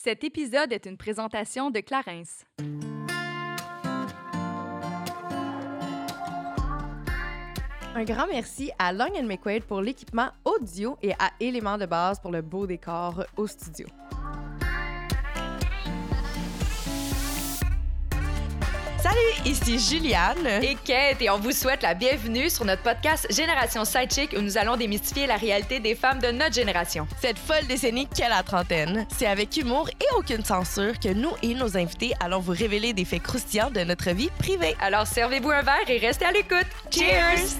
Cet épisode est une présentation de Clarins. Un grand merci à Long & McQuaid pour l'équipement audio et à Éléments de base pour le beau décor au studio. Salut, ici Juliane Et Kate, et on vous souhaite la bienvenue sur notre podcast Génération Sidechick où nous allons démystifier la réalité des femmes de notre génération. Cette folle décennie qu'est la trentaine. C'est avec humour et aucune censure que nous et nos invités allons vous révéler des faits croustillants de notre vie privée. Alors servez-vous un verre et restez à l'écoute. Cheers!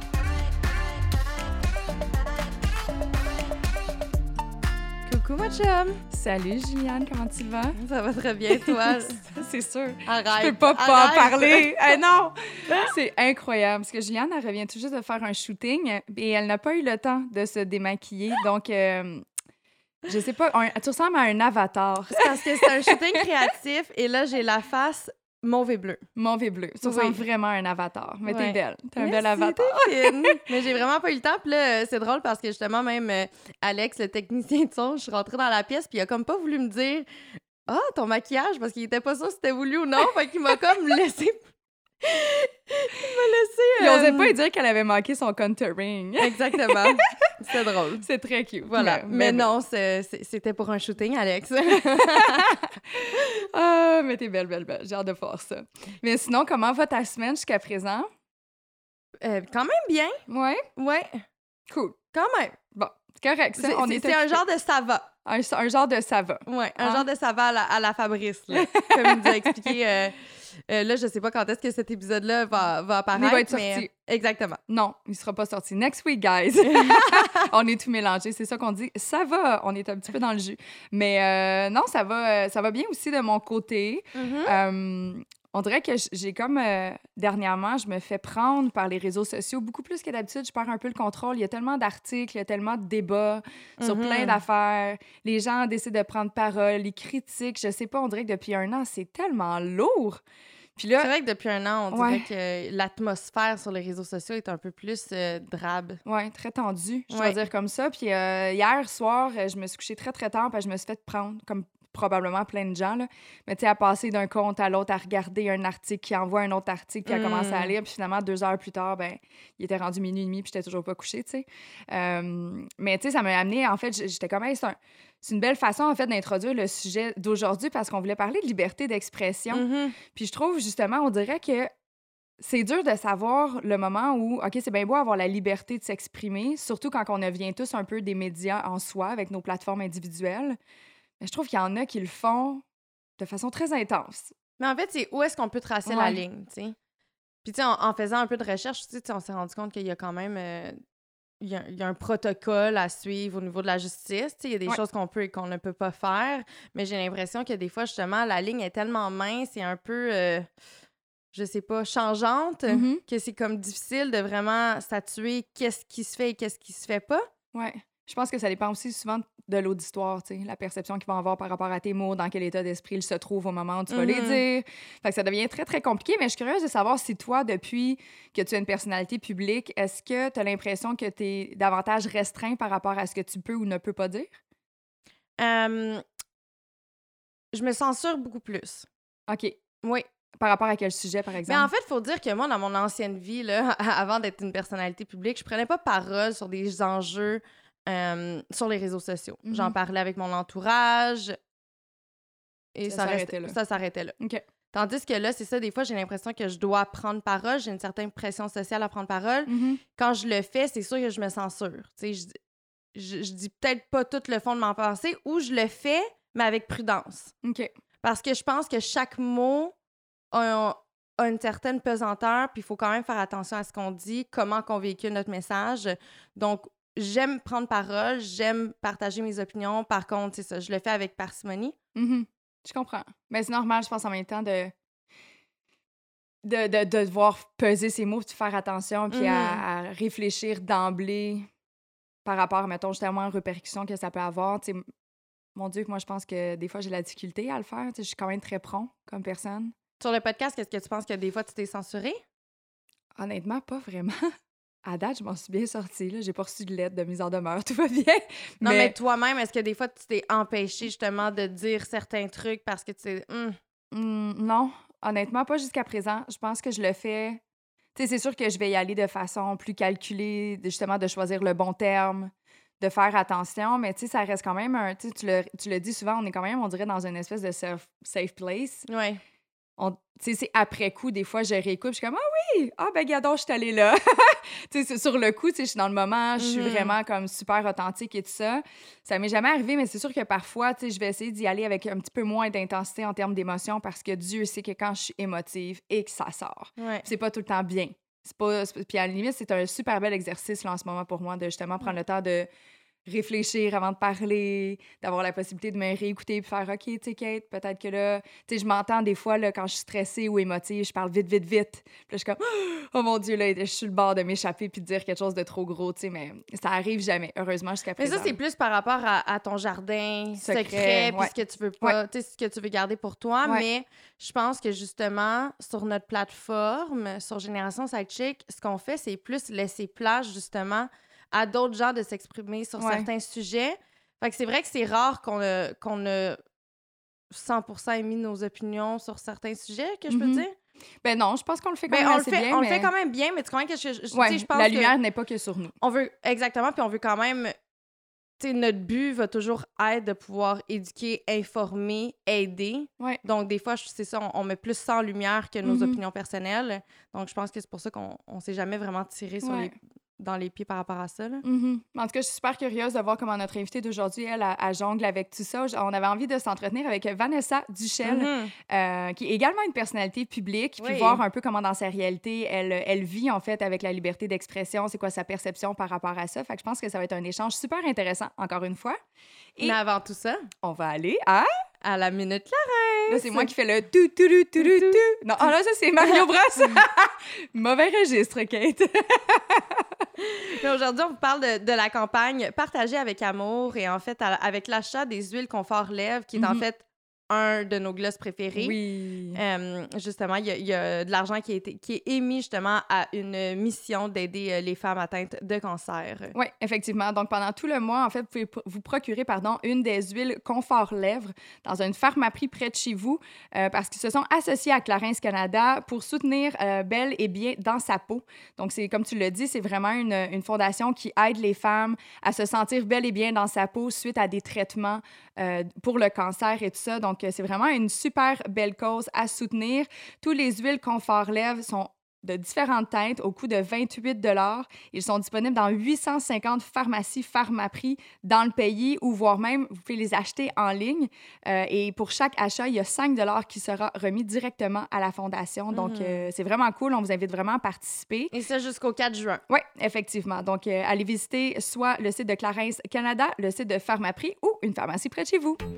Coucou ma chum! Salut Juliane, comment tu vas? Ça va très bien, toi? C'est sûr. Arrête! Je peux pas en parler. Non! C'est incroyable parce que Juliane, elle revient tout juste de faire un shooting et elle n'a pas eu le temps de se démaquiller. Donc, je sais pas, tu ressembles à un avatar. C'est parce que c'est un shooting créatif et là, j'ai la face mauve et bleu. Mauve et bleu. Tu ressembles vraiment à un avatar. Mais t'es belle. T'es un bel avatar. T'es fine. Mais j'ai vraiment pas eu le temps. Puis là, c'est drôle parce que justement, même Alex, le technicien de son, je suis rentrée dans la pièce puis il a comme pas voulu me dire « Ah, ton maquillage » parce qu'il était pas sûr si c'était voulu ou non. Fait qu'il m'a comme laissé... Il osait pas lui dire qu'elle avait manqué son contouring. Exactement. C'est drôle. C'est très cute. Voilà. Mais non, c'était pour un shooting, Alex. Ah, mais t'es belle, belle, belle. J'ai hâte de voir ça. Mais sinon, comment va ta semaine jusqu'à présent? Quand même bien. Ouais? Ouais. Cool. Quand même. Bon, c'est correct. Ça, C'est un genre de ça va. Un genre de ça va. Ouais, un genre de ça va à la Fabrice, là. Comme il nous a expliqué... là, je sais pas quand est-ce que cet épisode-là va apparaître. Mais il va être sorti. Exactement. Non, il sera pas sorti. Next week, guys. On est tout mélangé. C'est ça qu'on dit. Ça va. On est un petit peu dans le jus. Mais non, ça va bien aussi de mon côté. Mm-hmm. On dirait que j'ai comme, dernièrement, je me fais prendre par les réseaux sociaux beaucoup plus que d'habitude. Je perds un peu le contrôle. Il y a tellement d'articles, il y a tellement de débats sur plein d'affaires. Les gens décident de prendre parole, ils critiquent. Je sais pas, on dirait que depuis un an, c'est tellement lourd. Puis là, c'est vrai que depuis un an, on dirait que l'atmosphère sur les réseaux sociaux est un peu plus drabe. Oui, très tendue, je dois dire comme ça. Puis hier soir, je me suis couchée très, très tard, puis je me suis fait prendre, comme probablement plein de gens, là. Mais tu sais, à passer d'un compte à l'autre, à regarder un article qui envoie un autre article, puis à commencer à lire, puis finalement, 2 heures plus tard, ben il était rendu minuit et demi, puis j'étais toujours pas couchée, tu sais. Mais tu sais, ça m'a amené, en fait, j'étais comme, hey, c'est une belle façon, en fait, d'introduire le sujet d'aujourd'hui parce qu'on voulait parler de liberté d'expression. Mm-hmm. Puis je trouve, justement, on dirait que c'est dur de savoir le moment où, OK, c'est bien beau avoir la liberté de s'exprimer, surtout quand on vient tous un peu des médias en soi avec nos plateformes individuelles. Mais je trouve qu'il y en a qui le font de façon très intense. Mais en fait, c'est où est-ce qu'on peut tracer la ligne, tu sais? Puis tu sais, en faisant un peu de recherche, tu sais, on s'est rendu compte qu'il y a quand même... il y a un protocole à suivre au niveau de la justice. Il y a des choses qu'on peut et qu'on ne peut pas faire, mais j'ai l'impression que des fois, justement, la ligne est tellement mince et un peu, je sais pas, changeante, que c'est comme difficile de vraiment statuer qu'est-ce qui se fait et qu'est-ce qui se fait pas. Ouais. Je pense que ça dépend aussi souvent de l'auditoire, tu sais, la perception qu'ils vont avoir par rapport à tes mots, dans quel état d'esprit ils se trouvent au moment où tu vas les dire. Fait que ça devient très, très compliqué, mais je suis curieuse de savoir si toi, depuis que tu es une personnalité publique, est-ce que tu as l'impression que tu es davantage restreint par rapport à ce que tu peux ou ne peux pas dire? Je me censure beaucoup plus. OK. Oui. Par rapport à quel sujet, par exemple? Mais en fait, il faut dire que moi, dans mon ancienne vie, là, avant d'être une personnalité publique, je prenais pas parole sur des enjeux sur les réseaux sociaux. J'en parlais avec mon entourage et ça s'arrêtait là. OK. Tandis que là, c'est ça, des fois, j'ai l'impression que je dois prendre parole, j'ai une certaine pression sociale à prendre parole. Quand je le fais, c'est sûr que je me censure. Tu sais, je dis peut-être pas tout le fond de ma pensée ou je le fais, mais avec prudence. OK. Parce que je pense que chaque mot a une certaine pesanteur, puis il faut quand même faire attention à ce qu'on dit, comment qu'on véhicule notre message. Donc, j'aime prendre parole, j'aime partager mes opinions. Par contre, c'est ça, je le fais avec parcimonie. Je comprends. Mais c'est normal, je pense, en même temps, de devoir peser ses mots, puis de faire attention, puis à réfléchir d'emblée par rapport, mettons, justement, aux répercussions que ça peut avoir. Tu sais, mon Dieu, moi, je pense que des fois, j'ai la difficulté à le faire. Tu sais, je suis quand même très prompt comme personne. Sur le podcast, qu'est-ce que tu penses que des fois, tu t'es censuré? Honnêtement, pas vraiment. À date, je m'en suis bien sortie, là. J'ai pas reçu de lettre de mise en demeure, tout va bien. Non, mais toi-même, est-ce que des fois, tu t'es empêché justement de dire certains trucs parce que tu sais... Non, honnêtement, pas jusqu'à présent. Je pense que je le fais... Tu sais, c'est sûr que je vais y aller de façon plus calculée, justement, de choisir le bon terme, de faire attention, mais tu sais, ça reste quand même un... Tu sais, tu le dis souvent, on est quand même, on dirait, dans une espèce de safe place. Ouais. Tu sais, c'est après coup, des fois, je réécoute, je suis comme « Ah oui! Ah ben, gadon, je suis allée là! » Tu sais, sur le coup, tu sais, je suis dans le moment, je suis vraiment comme super authentique et tout ça. Ça m'est jamais arrivé, mais c'est sûr que parfois, tu sais, je vais essayer d'y aller avec un petit peu moins d'intensité en termes d'émotion parce que Dieu sait que quand je suis émotive et que ça sort, c'est pas tout le temps bien. Puis à la limite, c'est un super bel exercice là, en ce moment pour moi de justement prendre le temps de réfléchir avant de parler, d'avoir la possibilité de me réécouter puis faire « OK, tu sais, Kate, peut-être que là... » Tu sais, je m'entends des fois, là, quand je suis stressée ou émotive, je parle vite, vite, vite. Puis là, je suis comme « Oh mon Dieu, là, je suis le bord de m'échapper puis de dire quelque chose de trop gros, tu sais, mais ça arrive jamais, heureusement, jusqu'à présent. » Mais ça, c'est plus par rapport à ton jardin secret puis ce que tu veux pas, tu sais, ce que tu veux garder pour toi, mais je pense que justement, sur notre plateforme, sur Génération Sidechick, ce qu'on fait, c'est plus laisser place, justement, à d'autres gens de s'exprimer sur certains sujets. Fait que c'est vrai que c'est rare qu'on a 100% émis nos opinions sur certains sujets, que je peux dire. Ben non, je pense qu'on le fait quand même assez bien. On le fait quand même bien, mais tu comprends que je pense la lumière n'est pas que sur nous. On veut, exactement, puis on veut quand même... Tu sais, notre but va toujours être de pouvoir éduquer, informer, aider. Ouais. Donc, des fois, c'est ça, on met plus ça en lumière que nos opinions personnelles. Donc, je pense que c'est pour ça qu'on s'est jamais vraiment tiré dans les pieds par rapport à ça. Là. En tout cas, je suis super curieuse de voir comment notre invitée d'aujourd'hui, elle jongle avec tout ça. On avait envie de s'entretenir avec Vanessa Duchel, qui est également une personnalité publique, puis voir un peu comment dans sa réalité, elle vit en fait avec la liberté d'expression, c'est quoi sa perception par rapport à ça. Fait que je pense que ça va être un échange super intéressant, encore une fois. Et mais avant tout ça, on va aller à la Minute Clarence. Là, c'est moi qui fais le tout. Non, là, ça, c'est Mario Bros. Mauvais registre, Kate. Mais aujourd'hui, on vous parle de la campagne Partager avec amour et en fait, avec l'achat des huiles Confort Lèvres, qui est en fait un de nos glosses préférés. Oui. Justement, il y a de l'argent qui est émis justement à une mission d'aider les femmes atteintes de cancer. Oui, effectivement. Donc, pendant tout le mois, en fait, vous pouvez vous procurer, une des huiles Confort Lèvres dans une pharmacie près de chez vous parce qu'ils se sont associés à Clarins Canada pour soutenir Belle et Bien dans sa peau. Donc, c'est comme tu l'as dit, c'est vraiment une fondation qui aide les femmes à se sentir belle et bien dans sa peau suite à des traitements pour le cancer et tout ça. Donc, c'est vraiment une super belle cause à soutenir. Tous les huiles Confort Lèvres sont de différentes teintes au coût de 28 $. Ils sont disponibles dans 850 pharmacies Pharmaprix dans le pays ou voire même, vous pouvez les acheter en ligne. Et pour chaque achat, il y a 5 $ qui sera remis directement à la fondation. Donc, c'est vraiment cool. On vous invite vraiment à participer. Et ça jusqu'au 4 juin. Oui, effectivement. Donc, allez visiter soit le site de Clarins Canada, le site de Pharmaprix ou une pharmacie près de chez vous.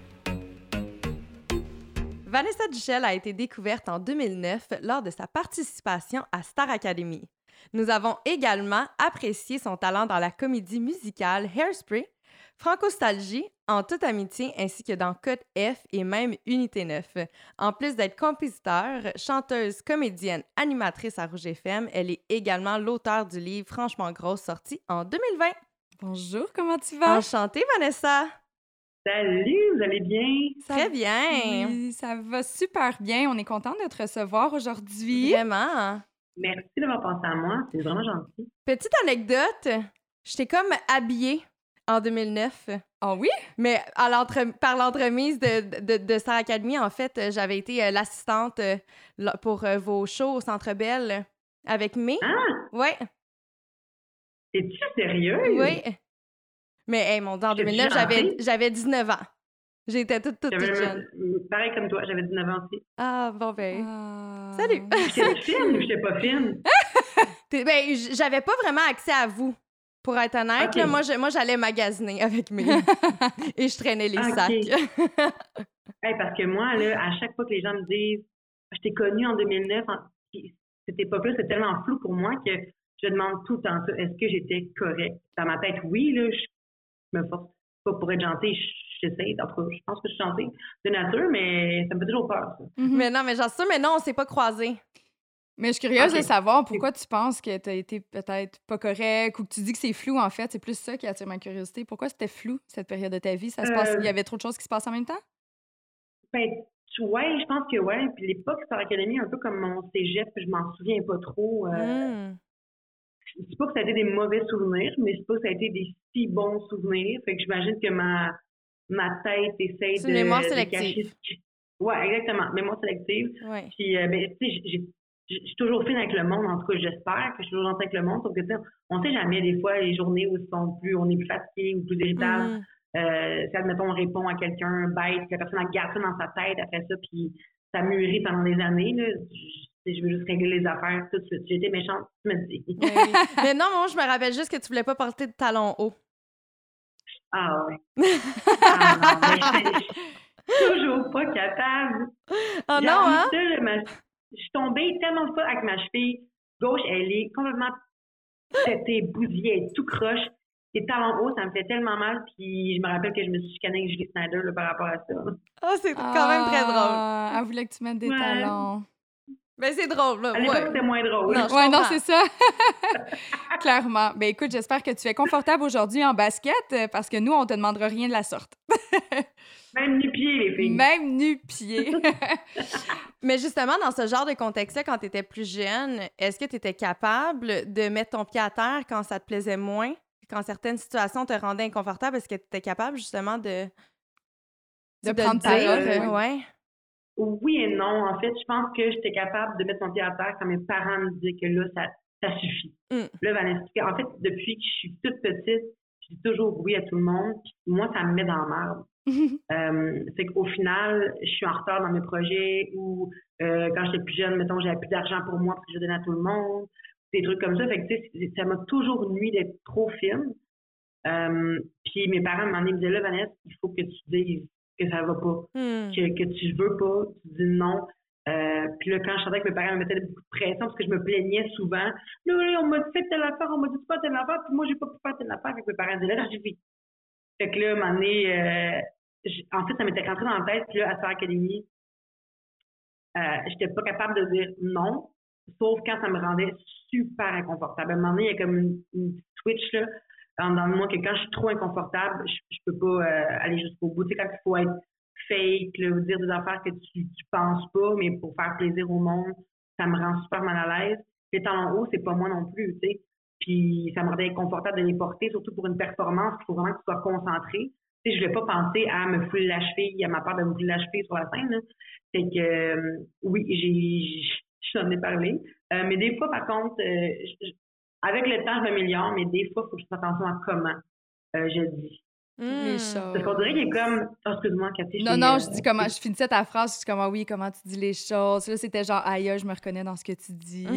Vanessa Duchel a été découverte en 2009 lors de sa participation à Star Academy. Nous avons également apprécié son talent dans la comédie musicale Hairspray, Francostalgie, En toute amitié, ainsi que dans Code F et même Unité 9. En plus d'être compositeur, chanteuse, comédienne, animatrice à Rouge FM, elle est également l'auteure du livre Franchement Grosse, sorti en 2020. Bonjour, comment tu vas? Enchantée, Vanessa! Salut, vous allez bien? Très bien! Oui, ça va super bien. On est content de te recevoir aujourd'hui. Vraiment! Merci d'avoir pensé à moi, c'est vraiment gentil. Petite anecdote, j'étais comme habillée en 2009. Ah oui? Mais par l'entremise de Star Academy, en fait, j'avais été l'assistante pour vos shows au Centre Bell avec May. Ah! Ouais. Es-tu sérieux? Oui. Mais, hey, mon Dieu, en 2009, j'avais 19 ans. J'étais toute jeune. Pareil comme toi, j'avais 19 ans aussi. Ah, bon, ben. Salut! J'étais fine ou j'étais pas fine? Ben, j'avais pas vraiment accès à vous. Pour être honnête, okay. Là, moi, j'allais magasiner avec mes... et je traînais les sacs. Hey, parce que moi, là, à chaque fois que les gens me disent « Je t'ai connue en 2009 », cette époque-là, c'est tellement flou pour moi que je demande tout le temps ça. Est-ce que j'étais correcte? Dans ma tête, oui, là, je me force pas pour être gentille, j'essaie. En tout cas, je pense que je suis gentille de nature, mais ça me fait toujours peur, ça. Mais non, mais j'en suis sûre, mais non, on s'est pas croisés. Mais je suis curieuse de OK. savoir pourquoi tu penses que tu as été peut-être pas correct ou que tu dis que c'est flou, en fait. C'est plus ça qui attire ma curiosité. Pourquoi c'était flou, cette période de ta vie? Ça se passe... Il y Euh, avait trop de choses qui se passent en même temps? ben, ouais, je pense que ouais. Puis l'époque Star Academy, un peu comme mon cégep, je m'en souviens pas trop. Hmm. Je dis pas que ça a été des mauvais souvenirs, mais je dis pas que ça a été des si bons souvenirs. Fait que j'imagine que ma tête essaie C'est une mémoire de cacher sélective. ce qui... Ouais, exactement. Mémoire sélective. Ouais. Puis, ben, tu sais, je suis toujours fine avec le monde. En tout cas, j'espère que je suis toujours gentille avec le monde. Sauf que, tu sais, on sait jamais, des fois, les journées où on est plus fatigué ou plus irritable. Mhm. Si, admettons, on répond à quelqu'un bête, que la personne a garde ça dans sa tête après ça, puis ça mûrit pendant des années, là. Je veux juste régler les affaires tout de suite. J'ai été méchante, tu me dis. Oui, oui. Mais non, moi, je me rappelle juste que tu voulais pas porter de talons hauts. Ah ouais. Ah non, mais je suis toujours pas capable. Oh J'ai non, appris hein? ça, là, je suis tombée tellement de fois avec ma cheville gauche, elle est complètement pétée, bousillée, elle est tout croche. Les talons hauts, ça me fait tellement mal, puis je me rappelle que je me suis chicanée avec Julie Snyder là, par rapport à ça. Oh, c'est quand même très drôle. Ah, elle voulait que tu mettes des Ouais. talons. Mais c'est drôle, là. À l'époque, Ouais. c'était moins drôle. Non, je Ouais, non, comprends. c'est ça. Clairement. Ben écoute, j'espère que tu es confortable aujourd'hui en basket parce que nous, on te demandera rien de la sorte. Même nu-pied, les filles. Même nu-pied. Mais justement, dans ce genre de contexte-là, quand tu étais plus jeune, est-ce que tu étais capable de mettre ton pied à terre quand ça te plaisait moins? Quand certaines situations te rendaient inconfortable, est-ce que tu étais capable justement de prendre dire? parole. Ouais. Oui et non. En fait, je pense que j'étais capable de mettre mon pied à terre quand mes parents me disaient que là, ça suffit. Mm. Là, Vanessa, en fait, depuis que je suis toute petite, je dis toujours oui à tout le monde. Puis moi, ça me met dans la merde. C'est qu'au final, je suis en retard dans mes projets ou quand j'étais plus jeune, mettons, j'avais plus d'argent pour moi parce que je donnais à tout le monde. Des trucs comme ça. Fait que, tu sais, ça m'a toujours nuit d'être trop fine. Puis mes parents m'en disaient là, Vanessa, il faut que tu dises que ça va pas, Mm. que tu veux pas, tu dis non. Puis là, quand je sentais que mes parents me mettaient beaucoup de pression parce que je me plaignais souvent, là, on m'a fait telle affaire, on m'a dit pas telle affaire, puis moi, j'ai pas pu faire telle affaire. Fait que mes parents disaient là, j'ai fait. Fait que là, à un moment donné, en fait, ça m'était rentré dans la tête, puis là, à Star Academy, j'étais pas capable de dire non, sauf quand ça me rendait super inconfortable. À un moment donné, il y a comme une switch là, dans moi que quand je suis trop inconfortable, je peux pas aller jusqu'au bout. Tu sais, quand il faut être fake, là, ou dire des affaires que tu penses pas, mais pour faire plaisir au monde, ça me rend super mal à l'aise. Les talons hauts, c'est pas moi non plus, tu sais. Puis ça me rendait inconfortable de les porter, surtout pour une performance, il faut vraiment que tu sois concentré. Tu sais, je vais pas penser à me fouler la cheville, à ma part de me fouler la cheville sur la scène, là. Fait que oui, j'en ai parlé. Mais des fois, par contre, avec le temps, je m'améliore, mais des fois, il faut que je fasse attention à comment je dis. Les Mm. Parce qu'on dirait qu'il est comme. Oh, excuse-moi, Cathy. Non, je dis comment. Je finissais ta phrase, je dis comment oui, comment tu dis les choses. Là, c'était genre aïe, je me reconnais dans ce que tu dis.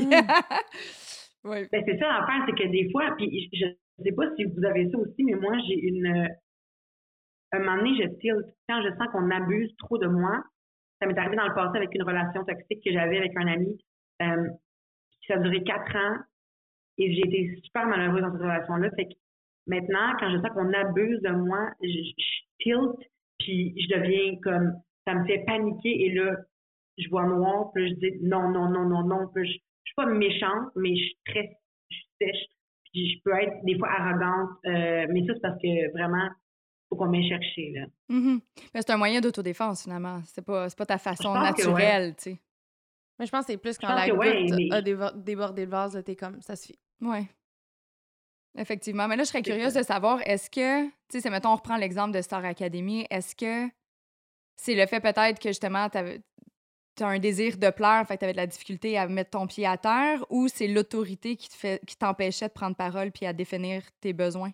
Oui. Ben, c'est ça l'affaire, c'est que des fois, puis je sais pas si vous avez ça aussi, mais moi, un moment donné, je tilt. Quand je sens qu'on abuse trop de moi, ça m'est arrivé dans le passé avec une relation toxique que j'avais avec un ami. Ça a duré 4 ans et j'ai été super malheureuse dans cette relation-là. Fait que maintenant, quand je sens qu'on abuse de moi, je tilt, puis je deviens comme, ça me fait paniquer et là, je vois noir, puis là, je dis non, non, non, non, non. Puis je suis pas méchante, mais je suis très, je suis sèche. Puis je peux être des fois arrogante, mais ça, c'est parce que vraiment, faut qu'on m'aille chercher, là. Mais c'est un moyen d'autodéfense, finalement. C'est pas ta façon Je pense que ouais. naturelle, tu sais. Mais je pense que c'est plus Je quand pense la que ouais, goutte mais a débordé le vase, là, t'es comme, ça suffit. Oui. Effectivement. Mais là, je serais c'est curieuse ça. de savoir, est-ce que, tu sais, mettons, on reprend l'exemple de Star Academy, est-ce que c'est le fait peut-être que justement, t'as un désir de plaire, fait que t'avais de la difficulté à mettre ton pied à terre, ou c'est l'autorité qui t'empêchait de prendre parole puis à définir tes besoins?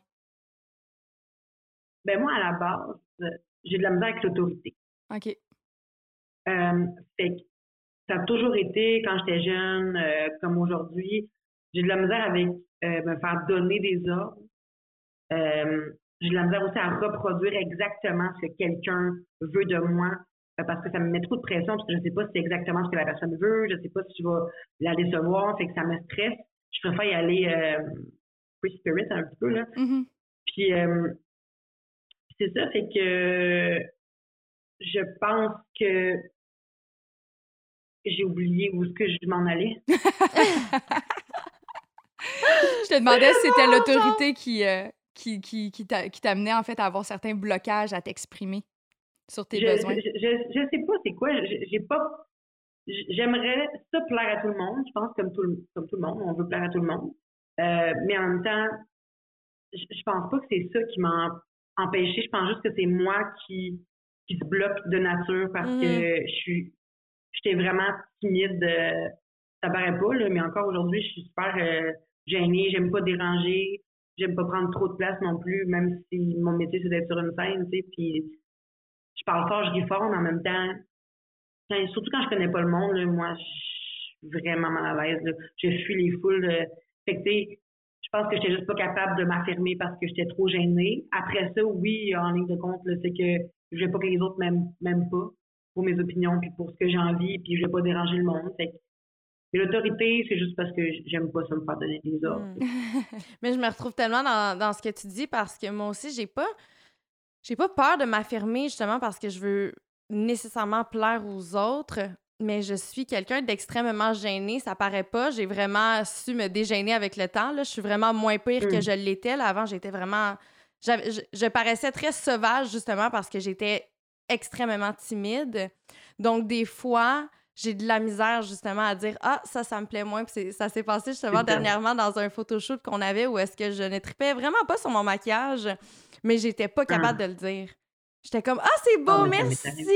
Ben moi, à la base, j'ai de la misère avec l'autorité. OK. Fait que ça a toujours été, quand j'étais jeune, comme aujourd'hui, j'ai de la misère avec me faire donner des ordres. J'ai de la misère aussi à reproduire exactement ce que quelqu'un veut de moi parce que ça me met trop de pression parce que je ne sais pas si c'est exactement ce que la personne veut, je ne sais pas si je vais la décevoir, fait que ça me stresse. Je préfère y aller free spirit un petit peu, là. Mhm. Puis c'est ça, fait que je pense que j'ai oublié où est-ce que je m'en allais. Je te demandais si c'était l'autorité qui t'amenait en fait à avoir certains blocages à t'exprimer sur tes besoins. Je sais pas c'est quoi. J'ai pas. J'aimerais ça plaire à tout le monde. Je pense comme tout le monde, on veut plaire à tout le monde. Mais en même temps, je pense pas que c'est ça qui m'a empêché. Je pense juste que c'est moi qui se bloque de nature parce que j'étais vraiment timide. Ça paraît pas, là, mais encore aujourd'hui, je suis super gênée. J'aime pas déranger. J'aime pas prendre trop de place non plus, même si mon métier, c'est d'être sur une scène, tu sais. Puis je parle fort, je ris fort, mais en même temps, surtout quand je connais pas le monde, là, moi, je suis vraiment mal à l'aise. Là. Je fuis les foules. Fait que, tu sais, je pense que j'étais juste pas capable de m'affirmer parce que j'étais trop gênée. Après ça, oui, en ligne de compte, là, c'est que je voulais pas que les autres m'aiment pas pour mes opinions puis pour ce que j'ai envie, puis je voulais pas déranger le monde. Fait que, mais l'autorité, c'est juste parce que j'aime pas ça me faire donner des ordres. Mais je me retrouve tellement dans ce que tu dis parce que moi aussi, j'ai pas peur de m'affirmer justement parce que je veux nécessairement plaire aux autres, mais je suis quelqu'un d'extrêmement gêné, ça paraît pas. J'ai vraiment su me dégêner avec le temps. Là. Je suis vraiment moins pire que je l'étais. Là. Avant, j'étais vraiment... Je paraissais très sauvage justement parce que j'étais extrêmement timide. Donc, des fois... j'ai de la misère, justement, à dire « Ah, ça me plaît moins. » Puis ça s'est passé, justement, dernièrement dans un photoshoot qu'on avait où est-ce que je ne tripais vraiment pas sur mon maquillage, mais j'étais pas capable de le dire. J'étais comme « Ah, c'est beau, merci! »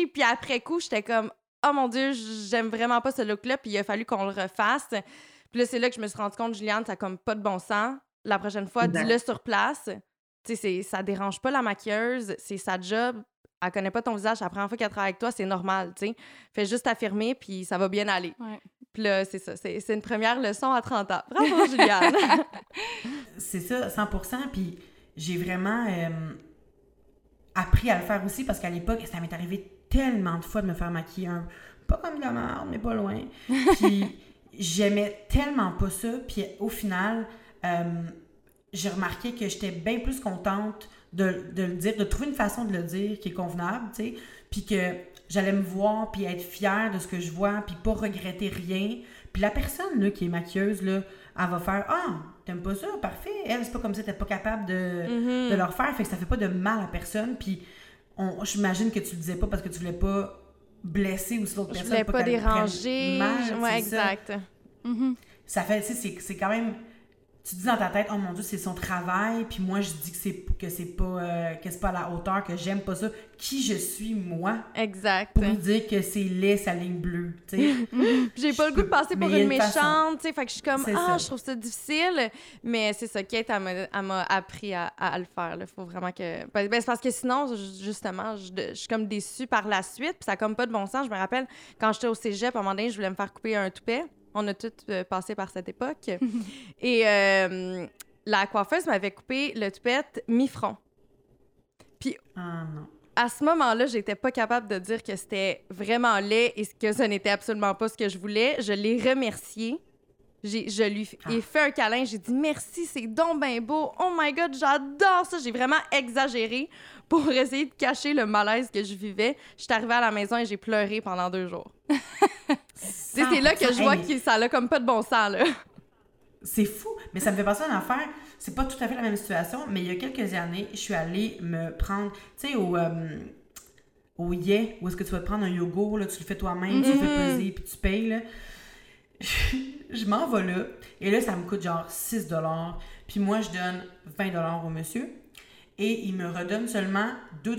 Puis après coup, j'étais comme « Oh mon Dieu, j'aime vraiment pas ce look-là. » Puis il a fallu qu'on le refasse. Puis là, c'est là que je me suis rendu compte, Juliane, ça a comme pas de bon sens. La prochaine fois, dis-le sur place. Tu sais, ça dérange pas la maquilleuse, c'est sa job. Elle connaît pas ton visage, la première fois qu'elle travaille avec toi, c'est normal, tu sais. Fais juste affirmer, puis ça va bien aller. Ouais. Puis là, c'est ça, c'est une première leçon à 30 ans. Bravo, Juliane! C'est ça, 100%, puis j'ai vraiment appris à le faire aussi, parce qu'à l'époque, ça m'est arrivé tellement de fois de me faire maquiller pas comme de la merde, mais pas loin. Puis j'aimais tellement pas ça, puis au final, j'ai remarqué que j'étais bien plus contente de le dire, de trouver une façon de le dire qui est convenable, tu sais, puis que j'allais me voir, puis être fière de ce que je vois, puis pas regretter rien. Puis la personne, là, qui est maquilleuse, là, elle va faire « Ah, t'aimes pas ça? Parfait! » Elle, c'est pas comme ça, t'es pas capable de le refaire, fait que ça fait pas de mal à personne, puis j'imagine que tu le disais pas parce que tu voulais pas blesser aussi l'autre personne. Je voulais pas déranger. Ouais, exact. Ça fait, tu sais, c'est quand même... Tu te dis dans ta tête, oh mon Dieu, c'est son travail, puis moi je dis que c'est pas à la hauteur, que j'aime pas ça. Qui je suis, moi? Exact. Pour lui dire que c'est laid, sa ligne bleue, tu sais. J'ai pas le goût de passer pour une méchante, tu sais, fait que je suis comme, je trouve ça difficile, mais c'est ça, Kate, elle m'a appris à le faire, il faut vraiment que... Ben, c'est parce que sinon, justement, je suis comme déçue par la suite, puis ça a comme pas de bon sens. Je me rappelle, quand j'étais au cégep, à un moment donné, je voulais me faire couper un toupet. On a tous passé par cette époque. Et la coiffeuse m'avait coupé le toupette mi-front. Puis, à ce moment-là, j'étais pas capable de dire que c'était vraiment laid et que ce n'était absolument pas ce que je voulais. Je l'ai remercié. Je lui ai fait un câlin. J'ai dit « Merci, c'est donc ben beau. Oh my God, j'adore ça. » J'ai vraiment exagéré pour essayer de cacher le malaise que je vivais. Je suis arrivée à la maison et j'ai pleuré pendant 2 jours. C'est là que je vois que ça a comme pas de bon sens, là. C'est fou, mais ça me fait penser à une affaire. C'est pas tout à fait la même situation, mais il y a quelques années, je suis allée me prendre, tu sais, au Yeah, où est-ce que tu vas te prendre un yogourt, là, tu le fais toi-même, tu le fais peser, puis tu payes, là. Je m'en vais là, et là, ça me coûte genre 6 $, puis moi, je donne 20 $ au monsieur, et il me redonne seulement 2 $.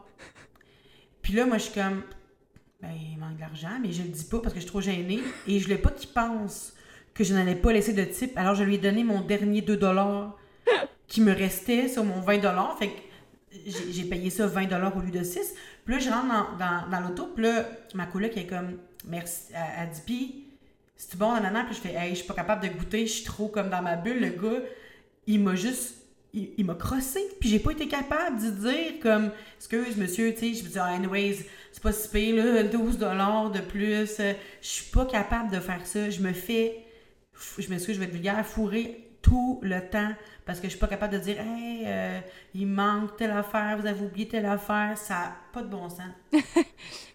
Puis là, moi, je suis comme... Ben, il manque de l'argent, mais je le dis pas parce que je suis trop gênée. Et je voulais pas qu'il pense que je n'allais pas laisser de type. Alors, je lui ai donné mon dernier 2 $ qui me restait sur mon 20 $. Fait que j'ai payé ça 20 $ au lieu de 6. Puis là, je rentre dans l'auto. Puis là, ma coloc est comme, merci. Elle dit, puis, c'est bon, nanana. Puis je fais, hey, je suis pas capable de goûter. Je suis trop comme dans ma bulle. Le gars, il m'a juste... Il m'a crossé, puis j'ai pas été capable de dire comme « Excuse, monsieur, tu sais, je me dis oh, « Anyways, c'est pas si pire, là, 12 $ de plus. » Je suis pas capable de faire ça. Je m'excuse, je vais être vulgaire, fourrer tout le temps parce que je suis pas capable de dire « Hey, il manque telle affaire, vous avez oublié telle affaire. » Ça n'a pas de bon sens.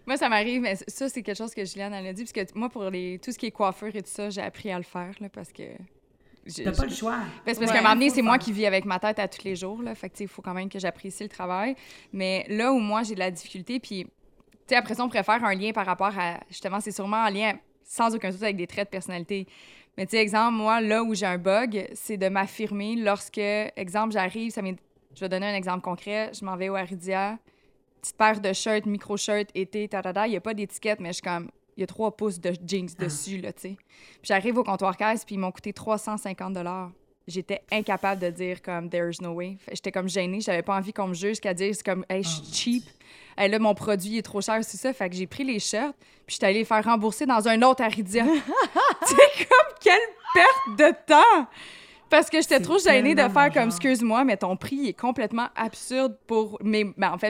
Moi, ça m'arrive, mais ça, c'est quelque chose que Juliane, elle a dit, parce que moi, pour tout ce qui est coiffure et tout ça, j'ai appris à le faire, là, parce que... T'as pas le choix. Ben, c'est parce qu'à un moment donné, c'est moi qui vis avec ma tête à tous les jours, là, fait que, il faut quand même que j'apprécie le travail. Mais là où moi, j'ai de la difficulté, puis, tu sais, après ça, on pourrait faire un lien par rapport à... Justement, c'est sûrement un lien, sans aucun doute, avec des traits de personnalité. Mais, tu sais, exemple, moi, là où j'ai un bug, c'est de m'affirmer lorsque, exemple, j'arrive, je vais donner un exemple concret, je m'en vais au Aridia, petite paire de shirts, micro-shirts, été, il n'y a pas d'étiquette, mais je suis comme... Il y a 3 pouces de jeans dessus, là, tu sais. Puis j'arrive au comptoir caisse, puis ils m'ont coûté 350 $. J'étais incapable de dire comme « there's no way ». J'étais comme gênée, j'avais pas envie qu'on me juge, qu'à dire c'est comme « hey, je suis cheap ». Hey, là, mon produit est trop cher, c'est ça. Fait que j'ai pris les shirts, puis j'étais allée les faire rembourser dans un autre Aridia. C'est comme quelle perte de temps! Parce que j'étais trop gênée de faire comme « excuse-moi, mais ton prix est complètement absurde pour mes besoins. »